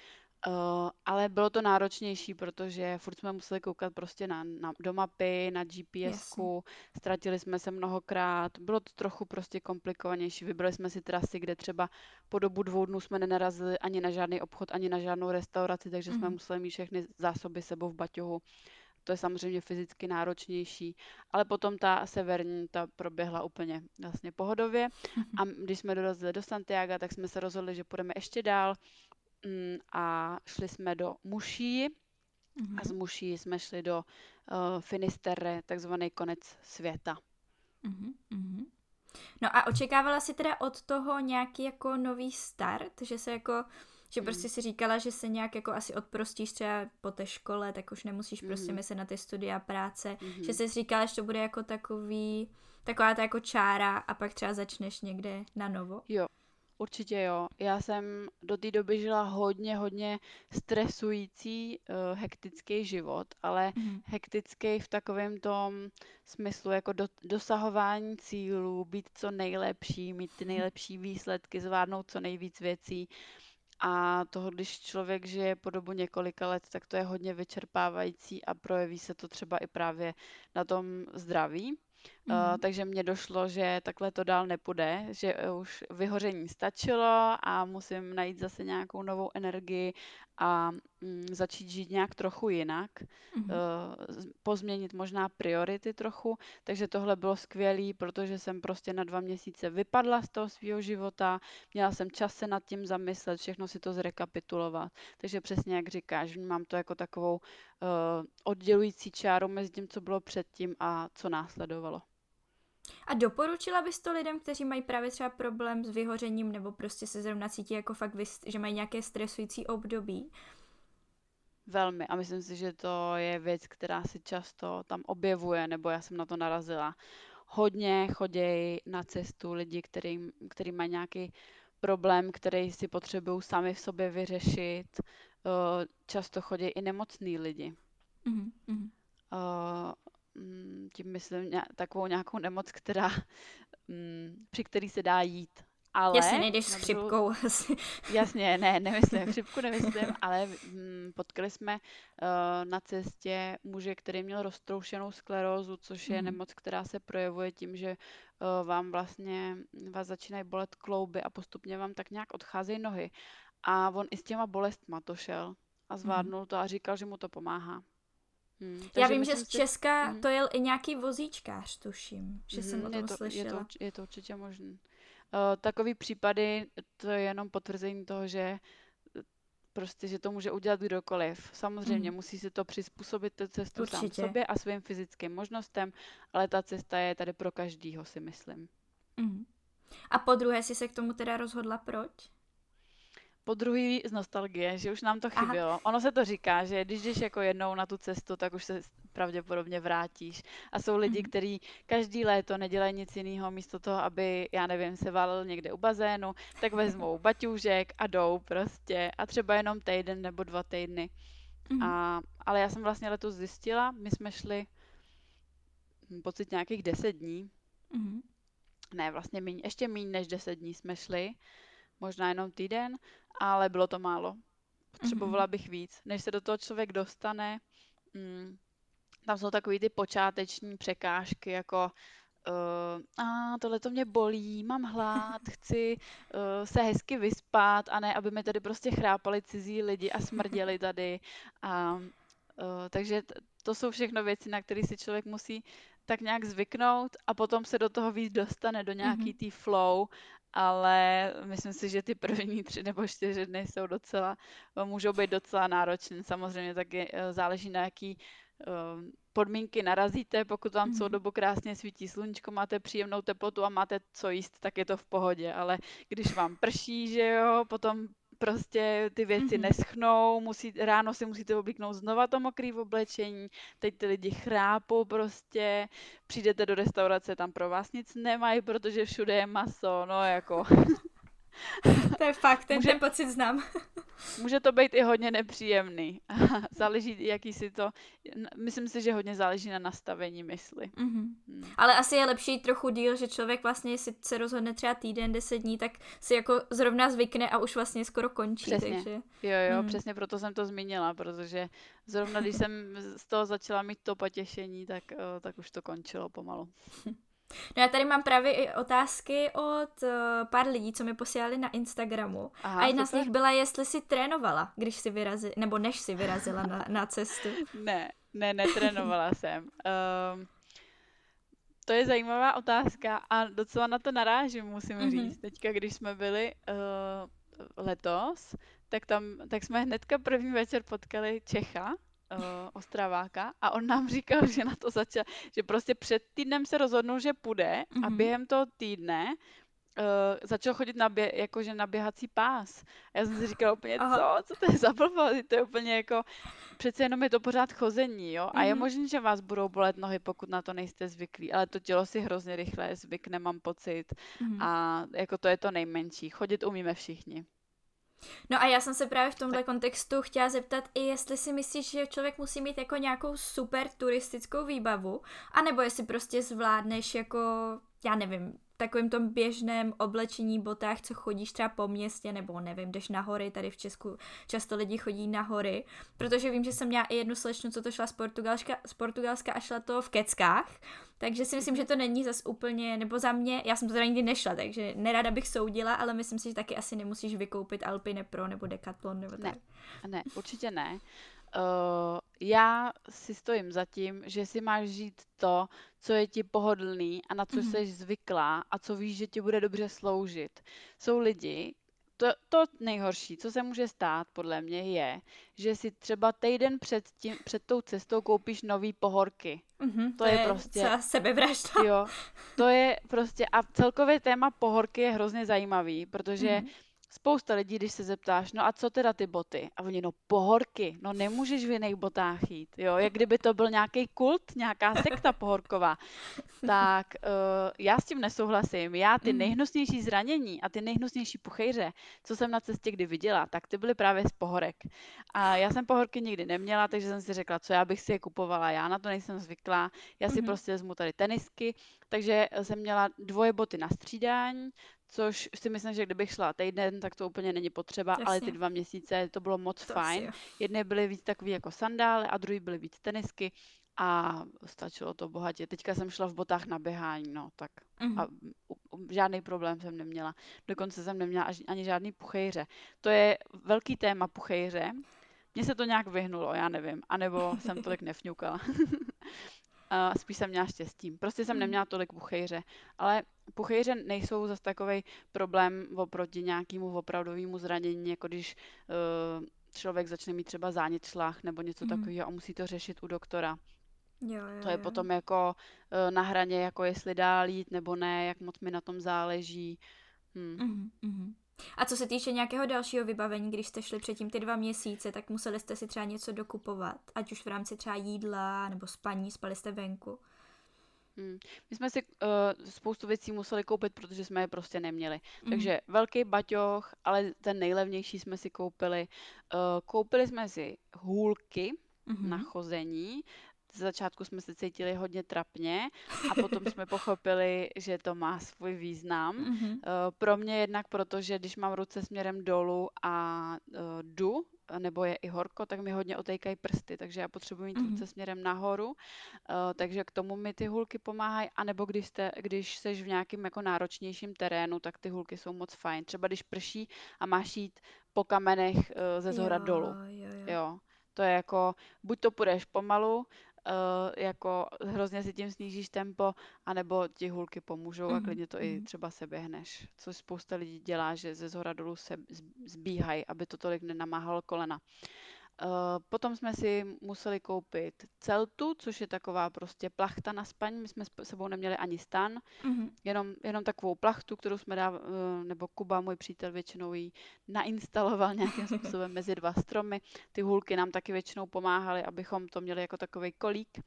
S2: Uh, ale bylo to náročnější, protože furt jsme museli koukat prostě na, na, do mapy, na GPSku, ztratili jsme se mnohokrát, bylo to trochu prostě komplikovanější, vybrali jsme si trasy, kde třeba po dobu dvou dnů jsme nenarazili ani na žádný obchod, ani na žádnou restauraci, takže jsme
S1: Mhm.
S2: museli mít všechny zásoby sebou v baťohu. To je samozřejmě fyzicky náročnější, ale potom ta severní, ta proběhla úplně vlastně pohodově. A když jsme dorazili do Santiaga, tak jsme se rozhodli, že půjdeme ještě dál mm, a šli jsme do Muší a z
S1: Mhm.
S2: Muší jsme šli do uh, Finisterre, takzvaný konec světa.
S1: Mhm. Mhm. No a očekávala jsi teda od toho nějaký jako nový start, že se jako, že
S2: Mm.
S1: prostě si říkala, že se nějak jako asi odprostíš třeba po té škole, tak už nemusíš prostě
S2: Mhm.
S1: myslet na ty studia, práce,
S2: Mhm.
S1: že jsi říkala, že to bude jako takový, taková ta jako čára a pak třeba začneš někde na novo.
S2: Jo, určitě jo. Já jsem do té doby žila hodně, hodně stresující, uh, hektický život, ale
S1: Mhm.
S2: hektický v takovém tom smyslu, jako do, dosahování cílů, být co nejlepší, mít ty nejlepší výsledky, zvládnout co nejvíc věcí. A toho, když člověk žije po dobu několika let, tak to je hodně vyčerpávající a projeví se to třeba i právě na tom zdraví. Uh,
S1: Mhm.
S2: takže mně došlo, že takhle to dál nepůjde, že uh, už vyhoření stačilo a musím najít zase nějakou novou energii a mm, začít žít nějak trochu jinak,
S1: Mhm.
S2: uh, z- pozměnit možná priority trochu. Takže tohle bylo skvělé, protože jsem prostě na dva měsíce vypadla z toho svého života, měla jsem čas se nad tím zamyslet, všechno si to zrekapitulovat. Takže přesně jak říkáš, vnímám to jako takovou uh, oddělující čáru mezi tím, co bylo předtím a co následovalo.
S1: A doporučila bys to lidem, kteří mají právě třeba problém s vyhořením nebo prostě se zrovna cítí jako fakt, vys- že mají nějaké stresující období?
S2: Velmi. A myslím si, že to je věc, která si často tam objevuje, nebo já jsem na to narazila. Hodně chodějí na cestu lidi, který, který mají nějaký problém, který si potřebují sami v sobě vyřešit. Uh, Často chodí i nemocní lidi.
S1: Mhm. Mhm.
S2: Uh, mm, Tím myslím ně, takovou nějakou nemoc, která, mm, při který se dá jít. Ale
S1: Jasně, nejdeš s
S2: na druhou,
S1: chřipkou asi.
S2: jasně, ne, nemyslím, chřipku nemyslím, ale mm, potkali jsme uh, na cestě muže, který měl roztroušenou sklerózu, což je
S1: Mhm.
S2: nemoc, která se projevuje tím, že uh, vám vlastně, vás začínají bolet klouby a postupně vám tak nějak odcházejí nohy. A on i s těma bolestma to šel a
S1: Mhm.
S2: zvládnul to a říkal, že mu to pomáhá. Hmm,
S1: Já
S2: takže
S1: vím, že
S2: myslím
S1: z
S2: si,
S1: Česka
S2: mhm,
S1: to jel i nějaký vozíčkář, tuším, že jsem o
S2: mhm, je
S1: tom
S2: to, je to,
S1: slyšela.
S2: urč- je to určitě možné. Uh, takový případy, to je jenom potvrzení toho, že prostě, že to může udělat kdokoliv. Samozřejmě
S1: Mhm.
S2: musí si to přizpůsobit tu cestu sám
S1: Určitě.
S2: sobě a svým fyzickým možnostem, ale ta cesta je tady pro každýho, si myslím.
S1: Mhm. A po druhé jsi se k tomu teda rozhodla proč?
S2: Po druhý z nostalgie, že už nám to
S1: Aha.
S2: chybělo. Ono se to říká, že když jdeš jako jednou na tu cestu, tak už se pravděpodobně vrátíš. A jsou lidi,
S1: Mhm.
S2: kteří každý léto nedělají nic jiného, místo toho, aby, já nevím, se válel někde u bazénu, tak vezmou baťůžek a jdou prostě. A třeba jenom týden nebo dva týdny.
S1: Mhm.
S2: A, ale já jsem vlastně letos zjistila, my jsme šli hm, pocit nějakých deset dní,
S1: Mhm.
S2: ne vlastně míň, ještě míň než deset dní jsme šli, možná jenom týden, ale bylo to málo. Potřebovala
S1: Mhm.
S2: bych víc, než se do toho člověk dostane. Mm, tam jsou takový ty počáteční překážky, jako uh, a tohle to mě bolí, mám hlad, chci uh, se hezky vyspat a ne, aby mi tady prostě chrápali cizí lidi a smrděli tady. A, uh, takže t- to jsou všechno věci, na které si člověk musí tak nějak zvyknout a potom se do toho víc dostane, do nějaký
S1: Mhm.
S2: tý flow, ale myslím si, že ty první tři nebo čtyři dny jsou docela, můžou být docela náročné. Samozřejmě taky eh, záleží na jaký eh, podmínky narazíte, pokud vám celou
S1: Mhm.
S2: dobu krásně svítí sluníčko, máte příjemnou teplotu a máte co jíst, tak je to v pohodě, ale když vám prší, že jo, potom prostě ty věci
S1: Mhm.
S2: neschnou, musí, ráno si musíte oblíknout znova to mokrý oblečení, teď ty lidi chrápou prostě, přijdete do restaurace, tam pro vás nic nemají, protože všude je maso, no jako
S1: To je fakt, ten,
S2: může,
S1: ten pocit znám.
S2: Může to být i hodně nepříjemný. Záleží, jaký si to... Myslím si, že hodně záleží na nastavení mysli.
S1: Mm-hmm. Hmm. Ale asi je lepší trochu díl, že člověk vlastně si se rozhodne třeba týden, deset dní, tak si jako zrovna zvykne a už vlastně skoro končí.
S2: Přesně.
S1: Takže...
S2: Jo, jo, mm. přesně proto jsem to zmínila, protože zrovna když jsem z toho začala mít to potěšení, tak, tak už to končilo pomalu.
S1: No já tady mám právě i otázky od uh, pár lidí, co mi posílali na Instagramu. Aha, a jedna super. Z nich byla, jestli si trénovala, když si vyrazila, nebo než si vyrazila na, na cestu.
S2: Ne, ne, netrénovala jsem. Um, to je zajímavá otázka a docela na to narážím, musím mm-hmm. říct. Teďka, když jsme byli uh, letos, tak tam, tak jsme hnedka první večer potkali Čecha, Uh, Ostraváka a on nám říkal, že na to začal, že prostě před týdnem se rozhodnul, že půjde mm-hmm. a během toho týdne uh, začal chodit na, bě- jakože na běhací pás. A já jsem si říkala úplně, Aha. co? Co to je za blbost? To je úplně jako, přece jenom je to pořád chození, jo? A mm-hmm. je možné, že vás budou bolet nohy, pokud na to nejste zvyklí, ale to tělo si hrozně rychle zvykne, mám pocit. Mm-hmm. A jako to je to nejmenší. Chodit umíme všichni.
S1: No a já jsem se právě v tomhle kontextu chtěla zeptat i jestli si myslíš, že člověk musí mít jako nějakou super turistickou výbavu, anebo jestli prostě zvládneš jako, já nevím, takovým tom běžném oblečení, botách, co chodíš třeba po městě, nebo nevím, jdeš na hory, tady v Česku často lidi chodí na hory, protože vím, že jsem měla i jednu slečnu, co to šla z Portugalska, z Portugalska a šla to v keckách, takže si myslím, že to není zas úplně, nebo za mě, já jsem to teda nikdy nešla, takže nerada bych soudila, ale myslím si, že taky asi nemusíš vykoupit Alpine Pro nebo Decathlon nebo tak.
S2: Ne, ne, určitě ne. Uh, já si stojím za tím, že si máš žít to, co je ti pohodlný a na co mm-hmm. jsi zvyklá a co víš, že ti bude dobře sloužit. Jsou lidi, to, to nejhorší, co se může stát, podle mě, je, že si třeba týden před, tím, před tou cestou koupíš nový pohorky.
S1: Mm-hmm,
S2: to,
S1: to je, je prostě sebevražda.
S2: Jo, to je prostě, a celkově téma pohorky je hrozně zajímavý, protože mm-hmm. spousta lidí, když se zeptáš, no a co teda ty boty? A oni, no pohorky, no nemůžeš v jiných botách jít, jo, jak kdyby to byl nějaký kult, nějaká sekta pohorková. Tak uh, já s tím nesouhlasím. Já ty nejhnusnější zranění a ty nejhnusnější puchejře, co jsem na cestě kdy viděla, tak ty byly právě z pohorek. A já jsem pohorky nikdy neměla, takže jsem si řekla, co já bych si je kupovala, já na to nejsem zvyklá, já si mm-hmm. prostě vezmu tady tenisky, takže jsem měla dvoje boty na střídání, což si myslím, že kdybych šla týden, tak to úplně není potřeba, Jasně. ale ty dva měsíce to bylo moc to fajn. Jedny byly víc takový jako sandály a druhý byly víc tenisky a stačilo to bohatě. Teďka jsem šla v botách na běhání, no tak mm-hmm. a žádný problém jsem neměla. Dokonce jsem neměla ani žádný puchejře. To je velký téma puchejře. Mně se to nějak vyhnulo, já nevím, anebo jsem tolik nefňukala. Uh, spíš jsem měla štěstí. Prostě jsem neměla tolik puchejře. Ale puchejře nejsou zase takovej problém oproti nějakému opravdovému zranění, jako když uh, člověk začne mít třeba zánětlách nebo něco mm. takového a musí to řešit u doktora.
S1: Jo, jo,
S2: to je
S1: jo.
S2: potom jako uh, na hraně, jako jestli dá jít nebo ne, jak moc mi na tom záleží. Hmm.
S1: Mm, mm. A co se týče nějakého dalšího vybavení, když jste šli předtím ty dva měsíce, tak museli jste si třeba něco dokupovat, ať už v rámci třeba jídla nebo spaní, spali jste venku?
S2: Hmm. My jsme si uh, spoustu věcí museli koupit, protože jsme je prostě neměli. Mm. Takže velký baťoch, ale ten nejlevnější jsme si koupili. Uh, koupili jsme si hůlky mm-hmm. na chození. Z začátku jsme se cítili hodně trapně a potom jsme pochopili, že to má svůj význam. Mm-hmm. Uh, pro mě jednak, protože když mám ruce směrem dolů a uh, jdu, nebo je i horko, tak mi hodně otejkají prsty, takže já potřebuji mít mm-hmm. ruce směrem nahoru, uh, takže k tomu mi ty hůlky pomáhají, anebo když, jste, když seš v nějakém jako náročnějším terénu, tak ty hůlky jsou moc fajn. Třeba když prší a máš jít po kamenech uh, ze zhora
S1: jo,
S2: dolů.
S1: Jo, jo.
S2: Jo, to je jako, buď to půjdeš pomalu, Uh, jako hrozně si tím snížíš tempo, anebo ti hůlky pomůžou mm-hmm. a klidně to i třeba se běhneš. Což spousta lidí dělá, že ze zhora dolů se zbíhají, aby to tolik nenamáhalo kolena. Uh, potom jsme si museli koupit celtu, což je taková prostě plachta na spaní. My jsme s sebou neměli ani stan, mm-hmm. jenom, jenom takovou plachtu, kterou jsme dávali, uh, nebo Kuba, můj přítel, většinou ji nainstaloval nějakým způsobem mezi dva stromy. Ty hůlky nám taky většinou pomáhaly, abychom to měli jako takovej kolík.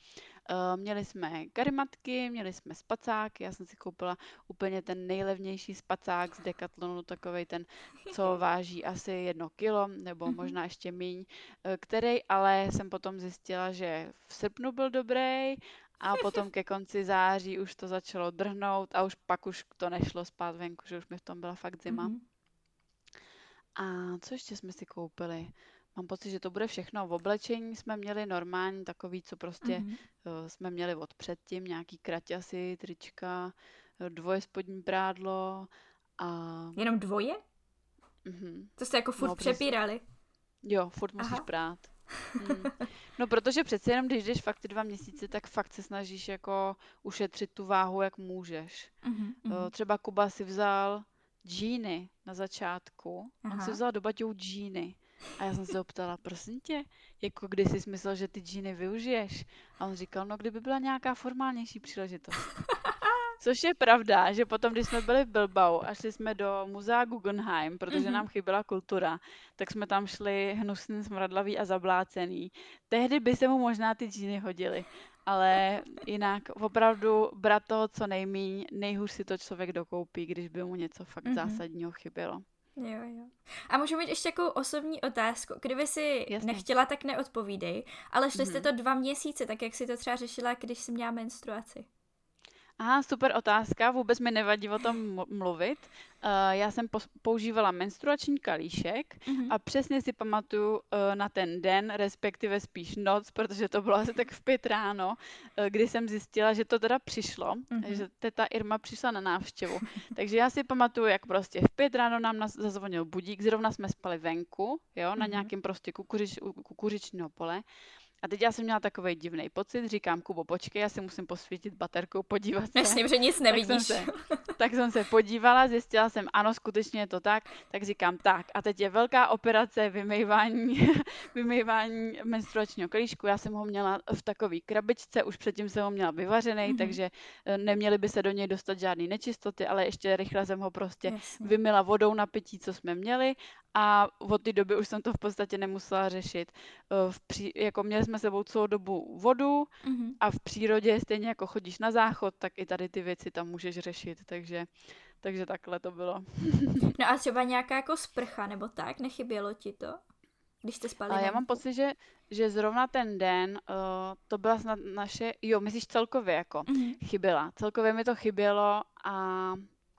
S2: Uh, měli jsme karimatky, měli jsme spacáky, já jsem si koupila úplně ten nejlevnější spacák z Decathlonu, takovej ten, co váží asi jedno kilo, nebo možná ještě míň, který ale jsem potom zjistila, že v srpnu byl dobrý a potom ke konci září už to začalo drhnout a už pak už to nešlo spát venku, že už mi v tom byla fakt zima.
S1: Mhm.
S2: A co ještě jsme si koupili? Mám pocit, že to bude všechno. V oblečení jsme měli normální, takový, co prostě
S1: Mhm.
S2: uh, jsme měli od předtím, nějaký kraťasy, trička, uh, dvoje spodní prádlo a...
S1: Jenom dvoje?
S2: Mhm.
S1: To jste jako furt
S2: No, prostě-
S1: přepírali.
S2: Jo, furt musíš
S1: Aha.
S2: prát. Mm. No, protože přece jenom, když jdeš fakt ty dva měsíce, tak fakt se snažíš jako ušetřit tu váhu, jak můžeš.
S1: Mhm,
S2: Uh,
S1: mhm.
S2: Třeba Kuba si vzal džíny na začátku. On
S1: Aha.
S2: si vzal do baťohu džíny. A já jsem se ho ptala, prosím tě, jako kdy jsi myslel, že ty džíny využiješ? A on říkal, no kdyby byla nějaká formálnější příležitost. Což je pravda, že potom, když jsme byli v Bilbao a šli jsme do muzea Guggenheim, protože
S1: Mhm.
S2: nám chyběla kultura, tak jsme tam šli hnusný, smradlavý a zablácený. Tehdy by se mu možná ty džíny hodily. Ale jinak opravdu brát toho co nejmíň, nejhůř si to člověk dokoupí, když by mu něco fakt
S1: Mhm.
S2: zásadního chybělo.
S1: Jo, jo. A můžu mít ještě takovou osobní otázku. Kdyby si
S2: Jasně.
S1: nechtěla, tak neodpovídej. Ale šli jste
S2: Mhm.
S1: to dva měsíce, tak jak si to třeba řešila, když jsi měla menstruaci?
S2: Aha, super otázka, vůbec mi nevadí o tom mu- mluvit. Uh, já jsem pos- používala menstruační kalíšek
S1: Mhm.
S2: a přesně si pamatuju uh, na ten den, respektive spíš noc, protože to bylo asi tak v pět ráno, uh, kdy jsem zjistila, že to teda přišlo,
S1: Mhm.
S2: že teta Irma přišla na návštěvu. Takže já si pamatuju, jak prostě v pět ráno nám nas- zazvonil budík, zrovna jsme spali venku, jo, na
S1: Mhm.
S2: nějakém prostě kukuřič, u kukuřičního pole. A teď já jsem měla takový divný pocit, říkám, Kubo, počkej, já si musím posvítit baterkou, podívat se.
S1: Jasně, že nic
S2: Tak jsem
S1: nevidíš.
S2: se, tak jsem se podívala, zjistila jsem, ano, skutečně je to tak, tak říkám, tak a teď je velká operace vymývání, vymývání menstruačního kalíšku. Já jsem ho měla v takové krabičce, už předtím jsem ho měla vyvařený,
S1: Mhm.
S2: takže eh, neměly by se do něj dostat žádné nečistoty, ale ještě rychle jsem ho prostě
S1: Jasně.
S2: vymyla vodou na pití, co jsme měli a od té doby už jsem to v podstatě nemusela řešit. Eh, V pří, jako měli jsme sebou celou dobu vodu
S1: Mhm.
S2: a v přírodě stejně jako chodíš na záchod, tak i tady ty věci tam můžeš řešit, takže, takže takhle to bylo.
S1: No a třeba nějaká jako sprcha nebo tak, nechybělo ti to, když jste spali
S2: Ale já mám
S1: venku?
S2: pocit, že, že zrovna ten den, uh, to byla snad naše, jo, myslíš celkově jako,
S1: Mhm.
S2: chyběla. Celkově mi to chybělo a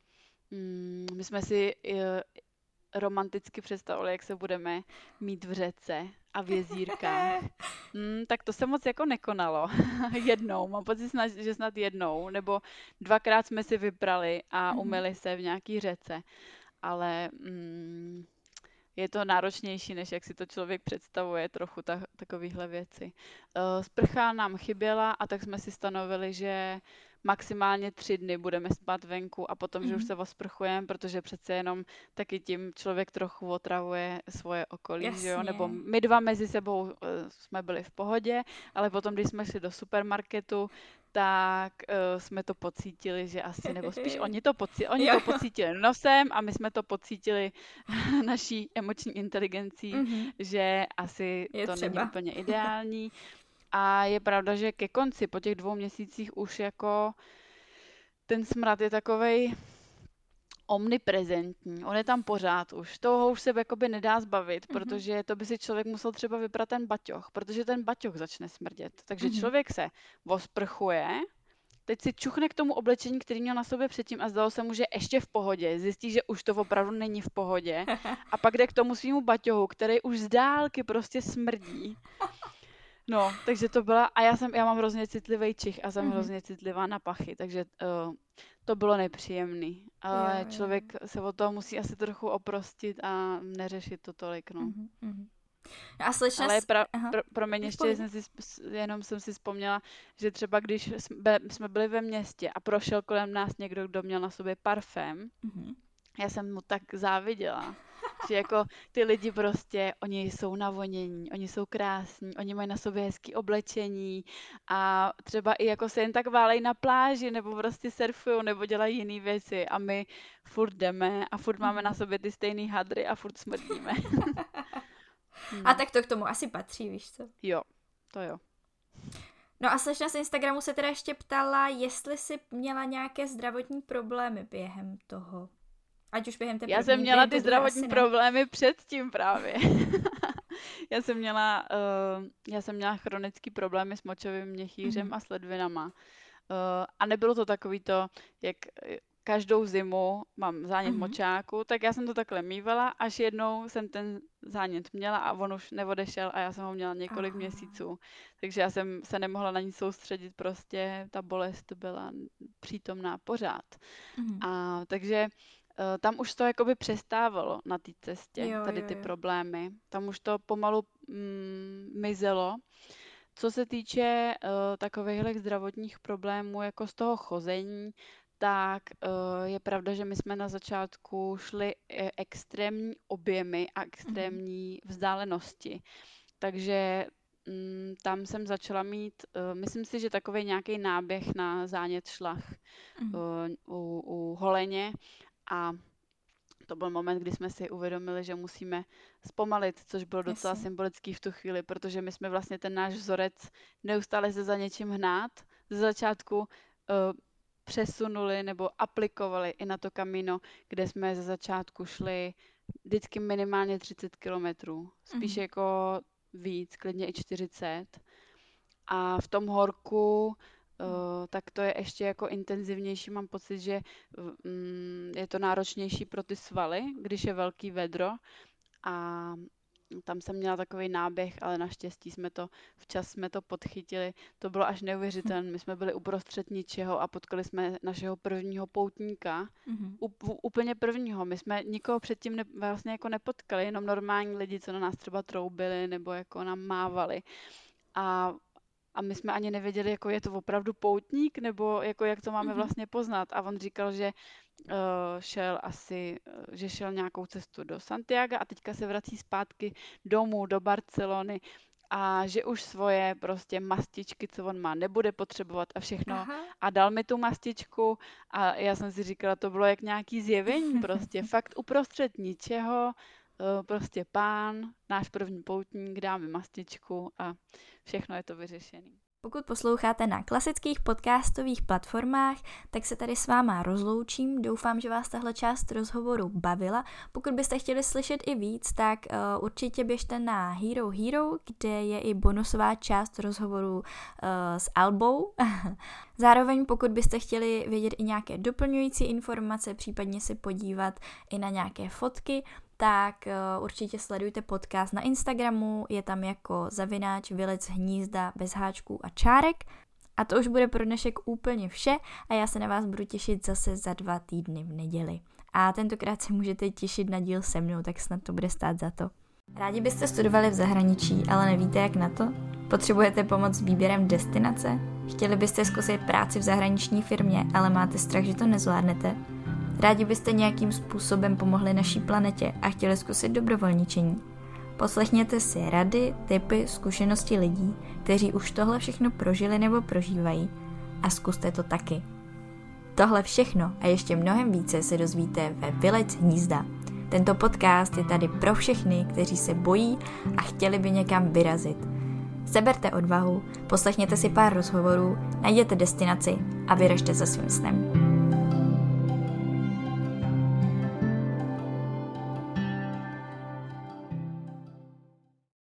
S2: mm, my jsme si uh, romanticky představili, jak se budeme mít v řece a v jezírkách. Mm, tak to se moc jako nekonalo. Jednou, mám pocit, snad, že snad jednou, nebo dvakrát jsme si vyprali a
S1: Mhm.
S2: umyli se v nějaký řece. Ale mm, je to náročnější, než jak si to člověk představuje, trochu ta, takovýhle věci. Uh, sprcha nám chyběla a tak jsme si stanovili, že maximálně tři dny budeme spát venku a potom, že už
S1: Mhm.
S2: se osprchujeme, protože přece jenom taky tím člověk trochu otravuje svoje okolí, že jo? Nebo
S1: Jasně.
S2: my dva mezi sebou uh, jsme byli v pohodě, ale potom, když jsme šli do supermarketu, tak uh, jsme to pocítili, že asi, nebo spíš oni to, poci- oni
S1: Jo,
S2: to
S1: jo.
S2: pocítili nosem a my jsme to pocítili naší emoční inteligencí,
S1: Mhm.
S2: že asi
S1: Je
S2: to není
S1: třeba.
S2: úplně ideální. A je pravda, že ke konci, po těch dvou měsících už jako ten smrad je takovej omniprezentní. On je tam pořád už. Toho už se jakoby nedá zbavit,
S1: Mhm.
S2: protože to by si člověk musel třeba vyprat ten baťoch, protože ten baťoch začne smrdět. Takže
S1: Mhm.
S2: člověk se osprchuje, teď si čuchne k tomu oblečení, který měl na sobě předtím a zdalo se mu, že ještě v pohodě. Zjistí, že už to opravdu není v pohodě. A pak jde k tomu svýmu baťohu, který už z dálky prostě smrdí. No, takže to byla, a já jsem, já mám hrozně citlivý čich a jsem
S1: Mhm.
S2: hrozně citlivá na pachy, takže uh, to bylo nepříjemný. Ale
S1: Jo, jo.
S2: člověk se od toho musí asi trochu oprostit a neřešit to tolik, no.
S1: Mhm. Mhm. No a slečna...
S2: Ale
S1: s-
S2: pra,
S1: Aha.
S2: pro, promiň, ještě
S1: Povídej.
S2: jsem si, sp- jenom jsem si vzpomněla, že třeba když jsme, jsme byli ve městě a prošel kolem nás někdo, kdo měl na sobě parfém,
S1: Mhm.
S2: já jsem mu tak záviděla, že jako ty lidi prostě, oni jsou navonění, oni jsou krásní, oni mají na sobě hezký oblečení a třeba i jako se jen tak válejí na pláži nebo prostě surfují nebo dělají jiné věci a my furt jdeme a furt máme na
S1: Mhm.
S2: sobě ty stejný hadry a furt smrdíme.
S1: A
S2: Hmm.
S1: tak to k tomu asi patří, víš co?
S2: Jo, to jo.
S1: No a slečna z Instagramu se teda ještě ptala, jestli jsi měla nějaké zdravotní problémy během toho. Ať už během té
S2: Já jsem měla ty zdravotní problémy předtím právě. já jsem měla, uh, já jsem měla chronický problémy s močovým měchýřem mm-hmm. a s ledvinama. Uh, a nebylo to takový to, jak každou zimu mám zánět mm-hmm. močáku, tak já jsem to takhle mývala, až jednou jsem ten zánět měla a on už neodešel a já jsem ho měla několik Aha. měsíců. Takže já jsem se nemohla na ní soustředit, prostě ta bolest byla přítomná pořád. Mm-hmm. A takže uh, tam už to jakoby přestávalo na té cestě, jo, tady ty jo, jo. problémy. Tam už to pomalu mm, mizelo. Co se týče uh, takových zdravotních problémů, jako z toho chození, tak uh, je pravda, že my jsme na začátku šli e, extrémní objemy a extrémní mm-hmm. vzdálenosti. Takže mm, tam jsem začala mít, uh, myslím si, že takový nějaký náběh na zánět šlach mm-hmm. uh, u, u holeně a to byl moment, kdy jsme si uvědomili, že musíme zpomalit, což bylo docela Jasně. symbolický v tu chvíli, protože my jsme vlastně ten náš vzorec neustále se za něčím hnát. Ze začátku uh, přesunuli nebo aplikovali i na to kamino, kde jsme ze začátku šli vždycky minimálně třicet kilometrů. Spíš mm. jako víc, klidně i čtyřicet. A v tom horku Uh, tak to je ještě jako intenzivnější. Mám pocit, že um, je to náročnější pro ty svaly, když je velký vedro. A tam jsem měla takový náběh, ale naštěstí jsme to, včas jsme to podchytili. To bylo až neuvěřitelné. My jsme byli uprostřed ničeho a potkali jsme našeho prvního poutníka. Mm-hmm. U, úplně prvního. My jsme nikoho předtím ne, vlastně jako nepotkali, jenom normální lidi, co na nás třeba troubili nebo jako nám mávali. A A my jsme ani nevěděli, jako je to opravdu poutník, nebo jako jak to máme vlastně poznat. A on říkal, že uh, šel asi, uh, že šel nějakou cestu do Santiaga a teďka se vrací zpátky domů do Barcelony a že už svoje prostě mastičky, co on má, nebude potřebovat a všechno. Aha. A dal mi tu mastičku a já jsem si říkala, to bylo jak nějaký zjevení prostě, fakt uprostřed ničeho. Prostě pán, náš první poutník, dá mi mastičku a všechno je to vyřešené.
S1: Pokud posloucháte na klasických podcastových platformách, tak se tady s váma rozloučím. Doufám, že vás tahle část rozhovoru bavila. Pokud byste chtěli slyšet i víc, tak uh, určitě běžte na Hero Hero, kde je i bonusová část rozhovoru uh, s Albou. Zároveň pokud byste chtěli vědět i nějaké doplňující informace, případně si podívat i na nějaké fotky, tak uh, určitě sledujte podcast na Instagramu, je tam jako zavináč vylec hnízda bez háčků a čárek. A to už bude pro dnešek úplně vše a já se na vás budu těšit zase za dva týdny v neděli. A tentokrát se můžete těšit na díl se mnou, tak snad to bude stát za to. Rádi byste studovali v zahraničí, ale nevíte jak na to? Potřebujete pomoc s výběrem destinace? Chtěli byste zkusit práci v zahraniční firmě, ale máte strach, že to nezvládnete? Rádi byste nějakým způsobem pomohli naší planetě a chtěli zkusit dobrovolničení? Poslechněte si rady, tipy, zkušenosti lidí, kteří už tohle všechno prožili nebo prožívají a zkuste to taky. Tohle všechno a ještě mnohem více se dozvíte ve Vylec hnízda. Tento podcast je tady pro všechny, kteří se bojí a chtěli by někam vyrazit. Seberte odvahu, poslechněte si pár rozhovorů, najděte destinaci a vyražte za svým snem.